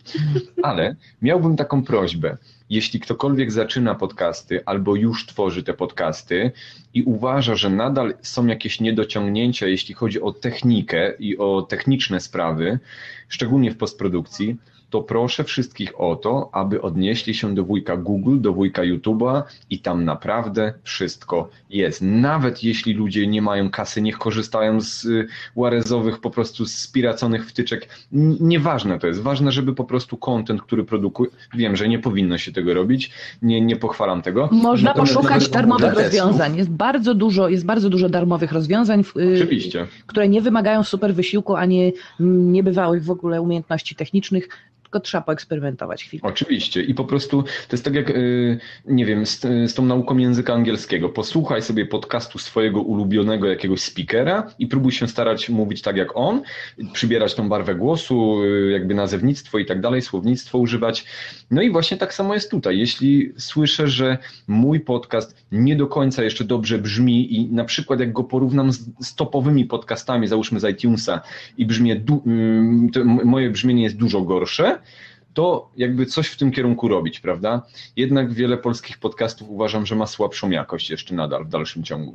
ale miałbym taką prośbę. Jeśli ktokolwiek zaczyna podcasty albo już tworzy te podcasty i uważa, że nadal są jakieś niedociągnięcia, jeśli chodzi o technikę i o techniczne sprawy, szczególnie w postprodukcji, to proszę wszystkich o to, aby odnieśli się do wujka Google, do wujka YouTube'a i tam naprawdę wszystko jest. Nawet jeśli ludzie nie mają kasy, niech korzystają z łarezowych, po prostu spiraconych wtyczek. Nieważne to jest. Ważne, żeby po prostu content, który produkuje, wiem, że nie powinno się tego robić, nie, nie pochwalam tego. Można Natomiast poszukać darmowych rozwiązań. Jest bardzo dużo, jest bardzo dużo darmowych rozwiązań, Oczywiście. które nie wymagają super wysiłku, ani niebywałych w ogóle umiejętności technicznych. Tylko trzeba poeksperymentować chwilę. Oczywiście i po prostu to jest tak jak, nie wiem, z, z tą nauką języka angielskiego. Posłuchaj sobie podcastu swojego ulubionego jakiegoś speakera i próbuj się starać mówić tak jak on, przybierać tą barwę głosu, jakby nazewnictwo i tak dalej, słownictwo używać. No i właśnie tak samo jest tutaj. Jeśli słyszę, że mój podcast nie do końca jeszcze dobrze brzmi i na przykład jak go porównam z, z topowymi podcastami, załóżmy z iTunesa i brzmię, du, to moje brzmienie jest dużo gorsze, to jakby coś w tym kierunku robić, prawda? Jednak wiele polskich podcastów uważam, że ma słabszą jakość jeszcze nadal w dalszym ciągu.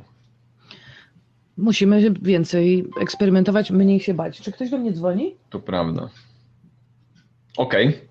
Musimy więcej eksperymentować, mniej się bać. Czy ktoś do mnie dzwoni? To prawda. Okej. Okay.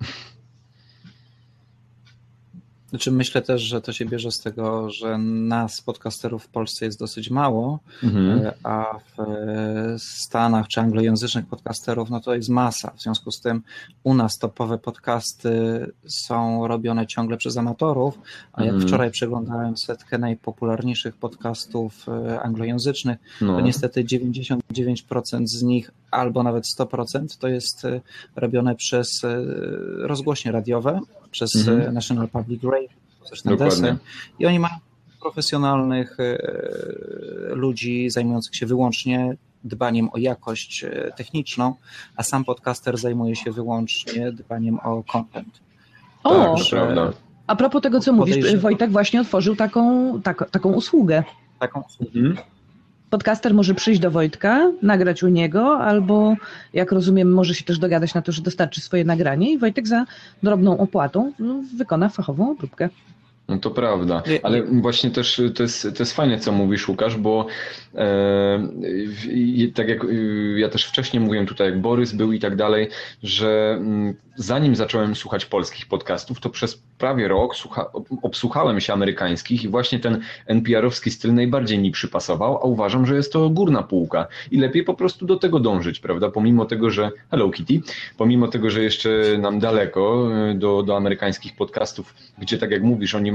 Znaczy myślę też, że to się bierze z tego, że nas, podcasterów w Polsce jest dosyć mało, mhm. a w Stanach czy anglojęzycznych podcasterów no to jest masa. W związku z tym u nas topowe podcasty są robione ciągle przez amatorów, a jak mhm. wczoraj przeglądałem setkę najpopularniejszych podcastów anglojęzycznych, no. to niestety dziewięćdziesiąt dziewięć procent z nich albo nawet sto procent to jest robione przez rozgłośnie radiowe, przez mhm. National Public Radio, zresztą desem, i oni mają profesjonalnych ludzi zajmujących się wyłącznie dbaniem o jakość techniczną, a sam podcaster zajmuje się wyłącznie dbaniem o content. O, tak, prawda. A propos tego, co mówisz, Wojtek właśnie otworzył taką, tak, taką usługę. Taką usługę. Mhm. Podcaster może przyjść do Wojtka, nagrać u niego, albo jak rozumiem, może się też dogadać na to, że dostarczy swoje nagranie i Wojtek za drobną opłatą no, wykona fachową obróbkę. No to prawda, ale właśnie też to jest, to jest fajne, co mówisz, Łukasz, bo e, tak jak ja też wcześniej mówiłem tutaj, jak Borys był i tak dalej, że zanim zacząłem słuchać polskich podcastów, to przez prawie rok słucha, obsłuchałem się amerykańskich i właśnie ten en pe er-owski styl najbardziej mi przypasował, a uważam, że jest to górna półka i lepiej po prostu do tego dążyć, prawda, pomimo tego, że, hello Kitty, pomimo tego, że jeszcze nam daleko do, do amerykańskich podcastów, gdzie tak jak mówisz, oni mają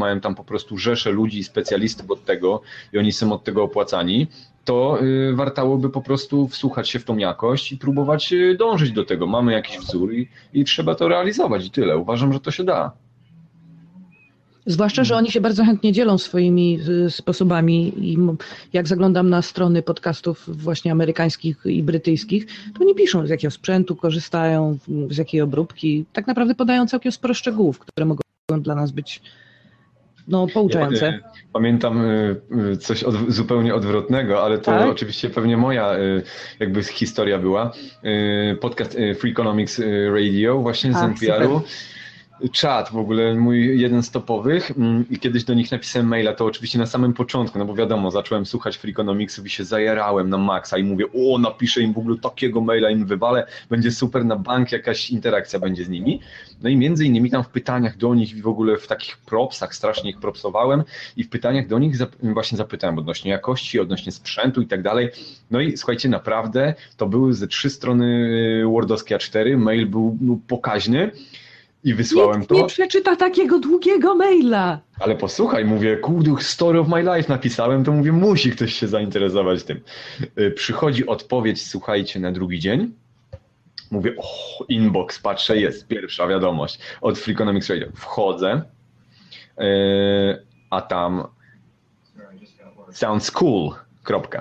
mają tam po prostu rzesze ludzi, specjalistów od tego i oni są od tego opłacani, to wartałoby po prostu wsłuchać się w tą jakość i próbować dążyć do tego. Mamy jakiś wzór i, i trzeba to realizować i tyle. Uważam, że to się da. Zwłaszcza, że oni się bardzo chętnie dzielą swoimi sposobami i jak zaglądam na strony podcastów właśnie amerykańskich i brytyjskich, to oni piszą, z jakiego sprzętu korzystają, z jakiej obróbki. Tak naprawdę podają całkiem sporo szczegółów, które mogą dla nas być no, pouczające. Ja pamiętam coś od, zupełnie odwrotnego, ale to tak? Oczywiście pewnie moja jakby historia była. Podcast Freakonomics Radio właśnie z N P R-u. Czat w ogóle, mój jeden z topowych i kiedyś do nich napisałem maila, to oczywiście na samym początku, no bo wiadomo, zacząłem słuchać Freakonomicsów i się zajarałem na maksa i mówię, o, napiszę im w ogóle takiego maila, im wywalę, będzie super na bank, jakaś interakcja będzie z nimi. No i między innymi tam w pytaniach do nich i w ogóle w takich propsach, strasznie ich propsowałem i w pytaniach do nich właśnie zapytałem odnośnie jakości, odnośnie sprzętu i tak dalej. No i słuchajcie, naprawdę to były ze trzy strony wordowskie A cztery, mail był, był pokaźny. I wysłałem Nikt to. nie przeczyta takiego długiego maila. Ale posłuchaj, mówię, kurde, story of my life napisałem, to mówię, musi ktoś się zainteresować tym. Przychodzi odpowiedź, słuchajcie, na drugi dzień. Mówię, o, inbox, patrzę, jest pierwsza wiadomość od Freakonomics Radio. Wchodzę, yy, a tam sounds cool, kropka.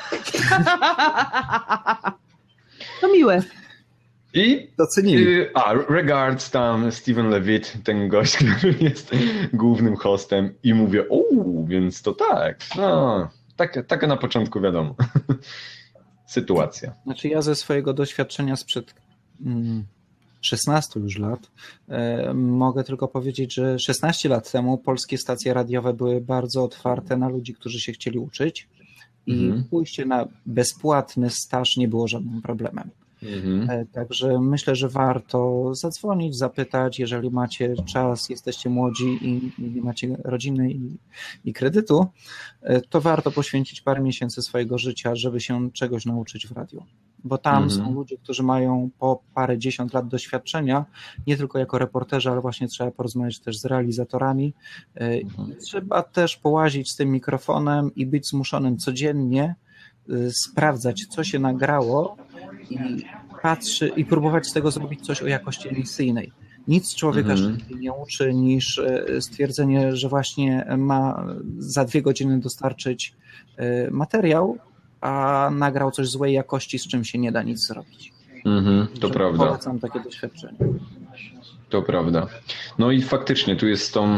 To miłe. I docenili. A, regards tam Steven Levitt, ten gość, który jest głównym hostem i mówię, o, więc to tak, no, tak, taka na początku wiadomo, sytuacja. Znaczy ja ze swojego doświadczenia sprzed mm, szesnastu już lat e, mogę tylko powiedzieć, że szesnaście lat temu polskie stacje radiowe były bardzo otwarte na ludzi, którzy się chcieli uczyć i mhm. pójście na bezpłatny staż nie było żadnym problemem. Mhm. Także myślę, że warto zadzwonić, zapytać, jeżeli macie czas, jesteście młodzi i, i nie macie rodziny i, i kredytu, to warto poświęcić parę miesięcy swojego życia, żeby się czegoś nauczyć w radiu. Bo tam mhm. są ludzie, którzy mają po parę dziesiąt lat doświadczenia, nie tylko jako reporterzy, ale właśnie trzeba porozmawiać też z realizatorami. Mhm. Trzeba też połazić z tym mikrofonem i być zmuszonym codziennie sprawdzać, co się nagrało i patrzy i próbować z tego zrobić coś o jakości emisyjnej. Nic człowieka mhm. nie uczy niż stwierdzenie, że właśnie ma za dwie godziny dostarczyć materiał, a nagrał coś złej jakości, z czym się nie da nic zrobić. Mhm, to że prawda. Polecam takie doświadczenie. To prawda. No i faktycznie tu jest tą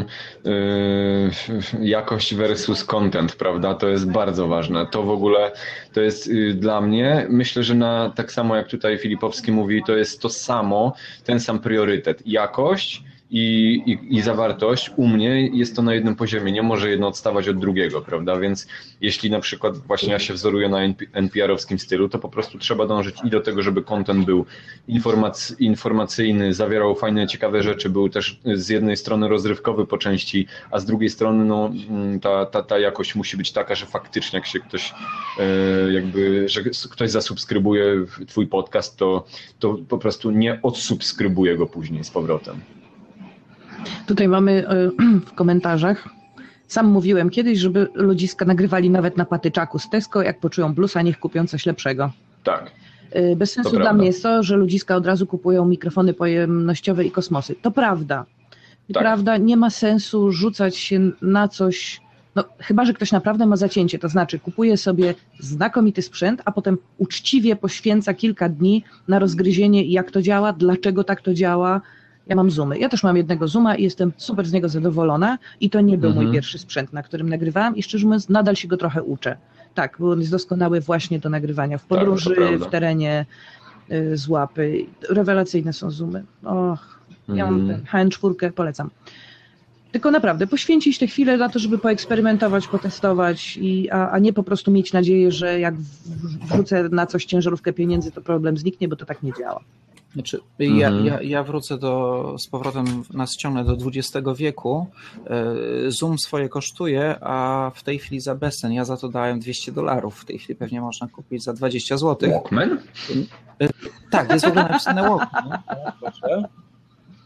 yy, jakość versus content, prawda? To jest bardzo ważne. To w ogóle to jest yy, dla mnie, myślę, że na tak samo jak tutaj Filipowski mówi, to jest to samo, ten sam priorytet. Jakość i, i, i zawartość u mnie jest to na jednym poziomie, nie może jedno odstawać od drugiego, prawda? Więc jeśli na przykład właśnie ja się wzoruję na N P R-owskim stylu, to po prostu trzeba dążyć i do tego, żeby content był informac- informacyjny, zawierał fajne, ciekawe rzeczy, był też z jednej strony rozrywkowy po części, a z drugiej strony no, ta, ta, ta jakość musi być taka, że faktycznie jak się ktoś jakby, że ktoś zasubskrybuje twój podcast, to, to po prostu nie odsubskrybuje go później z powrotem. Tutaj mamy w komentarzach. Sam mówiłem kiedyś, żeby ludziska nagrywali nawet na patyczaku z Tesco, jak poczują bluesa, niech kupią coś lepszego. Tak. Bez sensu dla mnie jest to, że ludziska od razu kupują mikrofony pojemnościowe i kosmosy. To prawda. Tak. Prawda, nie ma sensu rzucać się na coś, no chyba że ktoś naprawdę ma zacięcie, to znaczy kupuje sobie znakomity sprzęt, a potem uczciwie poświęca kilka dni na rozgryzienie, jak to działa, dlaczego tak to działa. Ja mam Zoomy. Ja też mam jednego Zooma i jestem super z niego zadowolona i to nie był mhm. mój pierwszy sprzęt, na którym nagrywałam i szczerze mówiąc nadal się go trochę uczę. Tak, bo on jest doskonały właśnie do nagrywania w podróży, tak, w terenie, y, z łapy. Rewelacyjne są Zoomy. Och, mhm. ja mam ten H N cztery, polecam. Tylko naprawdę poświęcić te chwile na to, żeby poeksperymentować, potestować, i, a, a nie po prostu mieć nadzieję, że jak wrzucę na coś ciężarówkę pieniędzy, to problem zniknie, bo to tak nie działa. Znaczy, ja, mhm. ja, ja wrócę do, z powrotem nas ściągnę do dwudziestego wieku. Zoom swoje kosztuje, a w tej chwili za bezcen. Ja za to dałem dwieście dolarów. W tej chwili pewnie można kupić za dwadzieścia złotych. Walkman? Tak, jest w ogóle napisane Walkman. Proszę.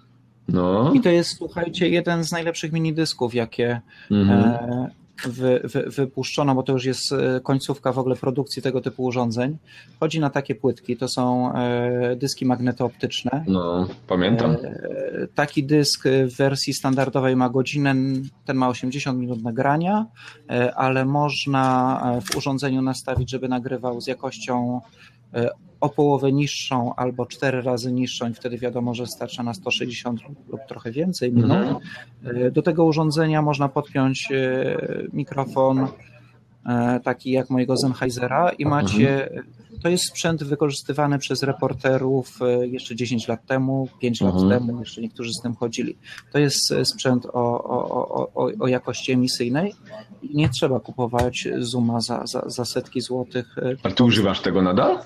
No. I to jest, słuchajcie, jeden z najlepszych minidysków, jakie Mhm. e, wy, wy, wypuszczono, bo to już jest końcówka w ogóle produkcji tego typu urządzeń. Chodzi na takie płytki, to są e, dyski magnetooptyczne. No, pamiętam. E, taki dysk w wersji standardowej ma godzinę, ten ma osiemdziesiąt minut nagrania, e, ale można w urządzeniu nastawić, żeby nagrywał z jakością e, o połowę niższą albo cztery razy niższą i wtedy wiadomo, że starcza na sto sześćdziesiąt lub trochę więcej minut. Mhm. Do tego urządzenia można podpiąć mikrofon taki jak mojego Sennheisera i macie, mhm. to jest sprzęt wykorzystywany przez reporterów jeszcze dziesięć lat temu, pięć mhm. lat temu, jeszcze niektórzy z tym chodzili. To jest sprzęt o, o, o, o jakości emisyjnej i nie trzeba kupować Zooma za, za, za setki złotych. A ty używasz tego nadal?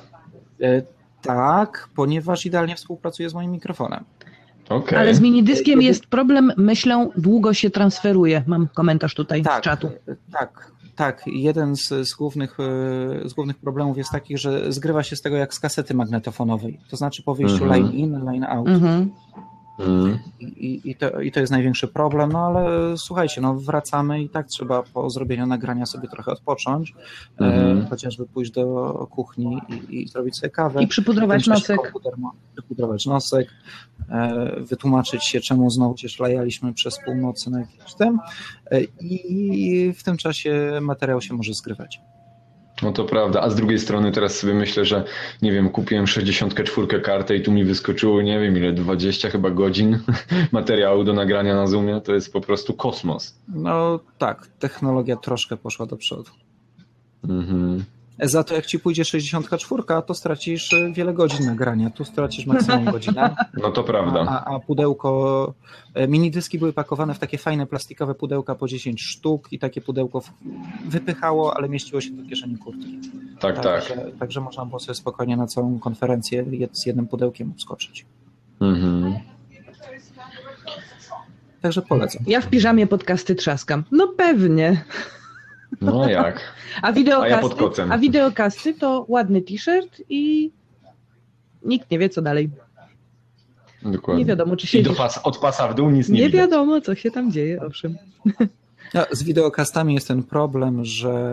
Tak, ponieważ idealnie współpracuje z moim mikrofonem. Okay. Ale z minidyskiem jest problem, myślę, długo się transferuje. Mam komentarz tutaj tak, z czatu. Tak, tak. Jeden z, z, głównych, z głównych problemów jest taki, że zgrywa się z tego jak z kasety magnetofonowej. To znaczy po wyjściu mm-hmm. line in, line out. Mm-hmm. Mm. I, i, to, I to jest największy problem, no ale słuchajcie, no wracamy i tak trzeba po zrobieniu nagrania sobie trochę odpocząć, mm. e, chociażby pójść do kuchni i, i zrobić sobie kawę. I przypudrować nosek. Przypudrować nosek, e, wytłumaczyć się, czemu znowu się szlajaliśmy przez północy na jakimś tym e, i w tym czasie materiał się może zgrywać. No to prawda, a z drugiej strony teraz sobie myślę, że nie wiem, kupiłem sześćdziesiąt cztery kartę i tu mi wyskoczyło, nie wiem ile, dwadzieścia chyba godzin materiału do nagrania na Zoomie, to jest po prostu kosmos. No tak, technologia troszkę poszła do przodu. Mhm. Za to jak ci pójdzie sześćdziesiąt cztery, to stracisz wiele godzin nagrania, tu stracisz maksimum godzinę. No to prawda. A, a pudełko, minidyski były pakowane w takie fajne plastikowe pudełka po dziesięć sztuk i takie pudełko wypychało, ale mieściło się do kieszeni kurtki. Tak, także, tak. Także można było sobie spokojnie na całą konferencję z jednym pudełkiem obskoczyć. Mhm. Także polecam. Ja w piżamie podcasty trzaskam. No pewnie. No jak? A wideokasty, a ja pod kocem. A wideokasty to ładny t-shirt i nikt nie wie, co dalej. Dokładnie. Nie wiadomo, czy się. I do pas, od pasa w dół nic nie, nie widać. wiadomo, co się tam dzieje, owszem. No, z wideokastami jest ten problem, że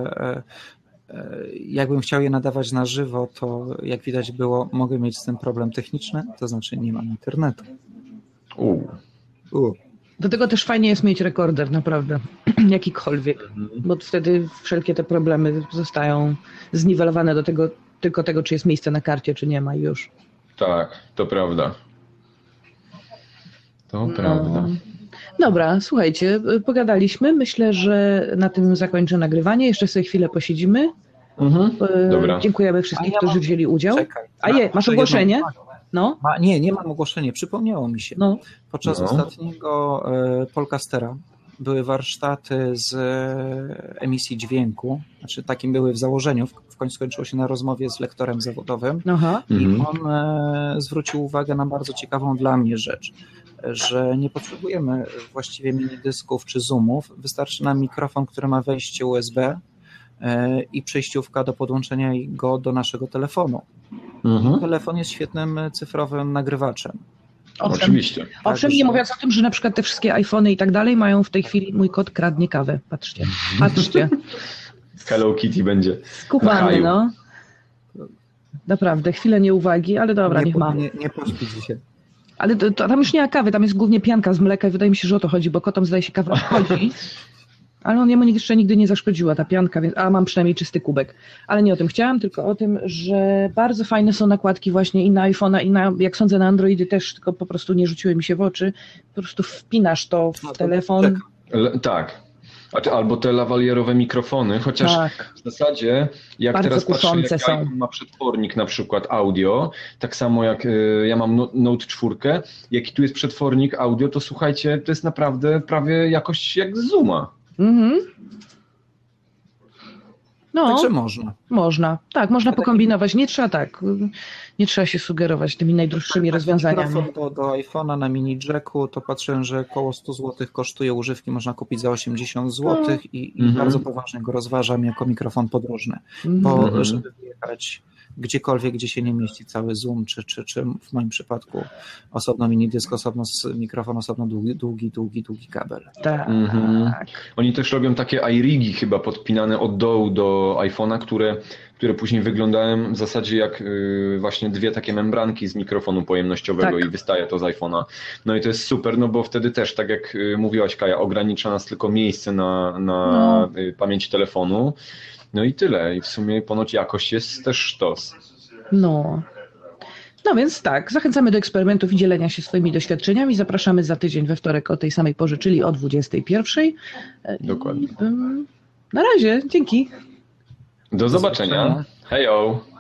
jakbym chciał je nadawać na żywo, to jak widać było, mogę mieć z tym problem techniczny, to znaczy nie mam internetu. U. U. Do tego też fajnie jest mieć rekorder, naprawdę, jakikolwiek, mhm. bo wtedy wszelkie te problemy zostają zniwelowane do tego, tylko tego, czy jest miejsce na karcie, czy nie ma już. Tak, to prawda. To no. prawda. Dobra, słuchajcie, pogadaliśmy. Myślę, że na tym zakończę nagrywanie. Jeszcze sobie chwilę posiedzimy. Mhm. Dobra. Dziękujemy wszystkich, ja którzy mam... wzięli udział. Czekaj, A je, masz ogłoszenie? No. Ma, nie, nie mam ogłoszenia. Przypomniało mi się. No. Podczas no. ostatniego e, Polcastera były warsztaty z e, emisji dźwięku. Znaczy takim były w założeniu. W, w końcu skończyło się na rozmowie z lektorem zawodowym. Aha. I mhm. on e, zwrócił uwagę na bardzo ciekawą dla mnie rzecz, że nie potrzebujemy właściwie minidysków czy zoomów. Wystarczy nam mikrofon, który ma wejście U S B e, i przejściówka do podłączenia go do naszego telefonu. Mhm. Telefon jest świetnym cyfrowym nagrywaczem. Owszem. Oczywiście. Owszem, nie mówiąc o tym, że na przykład te wszystkie iPhony i tak dalej mają w tej chwili, mój kot kradnie kawę. Patrzcie, patrzcie. Hello Kitty będzie skupany, no. Naprawdę, chwilę nieuwagi, ale dobra, nie, niech ma. Nie, nie pośpi dzisiaj. Ale to, to, tam już nie ma kawy, tam jest głównie pianka z mleka i wydaje mi się, że o to chodzi, bo kotom zdaje się kawa wchodzi. Ale on jemu jeszcze nigdy nie zaszkodziła ta pianka, więc, a mam przynajmniej czysty kubek. Ale nie o tym chciałam, tylko o tym, że bardzo fajne są nakładki właśnie i na iPhone'a, i na, jak sądzę, na Androidy też, tylko po prostu nie rzuciły mi się w oczy. Po prostu wpinasz to w no to telefon. Le, tak. Albo te lawalierowe mikrofony, chociaż tak. w zasadzie jak bardzo teraz patrzę, jak są. iPhone ma przetwornik na przykład audio, tak samo jak y, ja mam Note cztery, jaki tu jest przetwornik audio, to słuchajcie, to jest naprawdę prawie jakość jak z Zooma. Mhm. No, Także można. Można, tak, można pokombinować. Nie trzeba tak, nie trzeba się sugerować tymi najdroższymi rozwiązaniami. Mikrofon do, do iPhone'a na mini jacku to patrzyłem, że około sto złotych kosztuje, używki można kupić za osiemdziesiąt złotych no. i, i mm-hmm. bardzo poważnie go rozważam jako mikrofon podróżny, mm-hmm. bo żeby wyjechać gdziekolwiek, gdzie się nie mieści cały zoom, czy, czy, czy w moim przypadku osobno minidysk, osobno mikrofon, osobno długi, długi, długi, długi kabel. Tak. Mhm. Oni też robią takie iRigi chyba podpinane od dołu do iPhone'a, które, które później wyglądają w zasadzie jak y, właśnie dwie takie membranki z mikrofonu pojemnościowego Tak. i wystaje to z iPhone'a. No i to jest super, no bo wtedy też, tak jak y, mówiłaś Kaja, ogranicza nas tylko miejsce na, na No. y, pamięć telefonu. No i tyle. I w sumie ponoć jakość jest też sztos. No. No więc tak, zachęcamy do eksperymentów i dzielenia się swoimi doświadczeniami. Zapraszamy za tydzień we wtorek o tej samej porze, czyli o dwudziestej pierwszej. Dokładnie. I, um, na razie, dzięki. Do zobaczenia. zobaczenia. Hejo!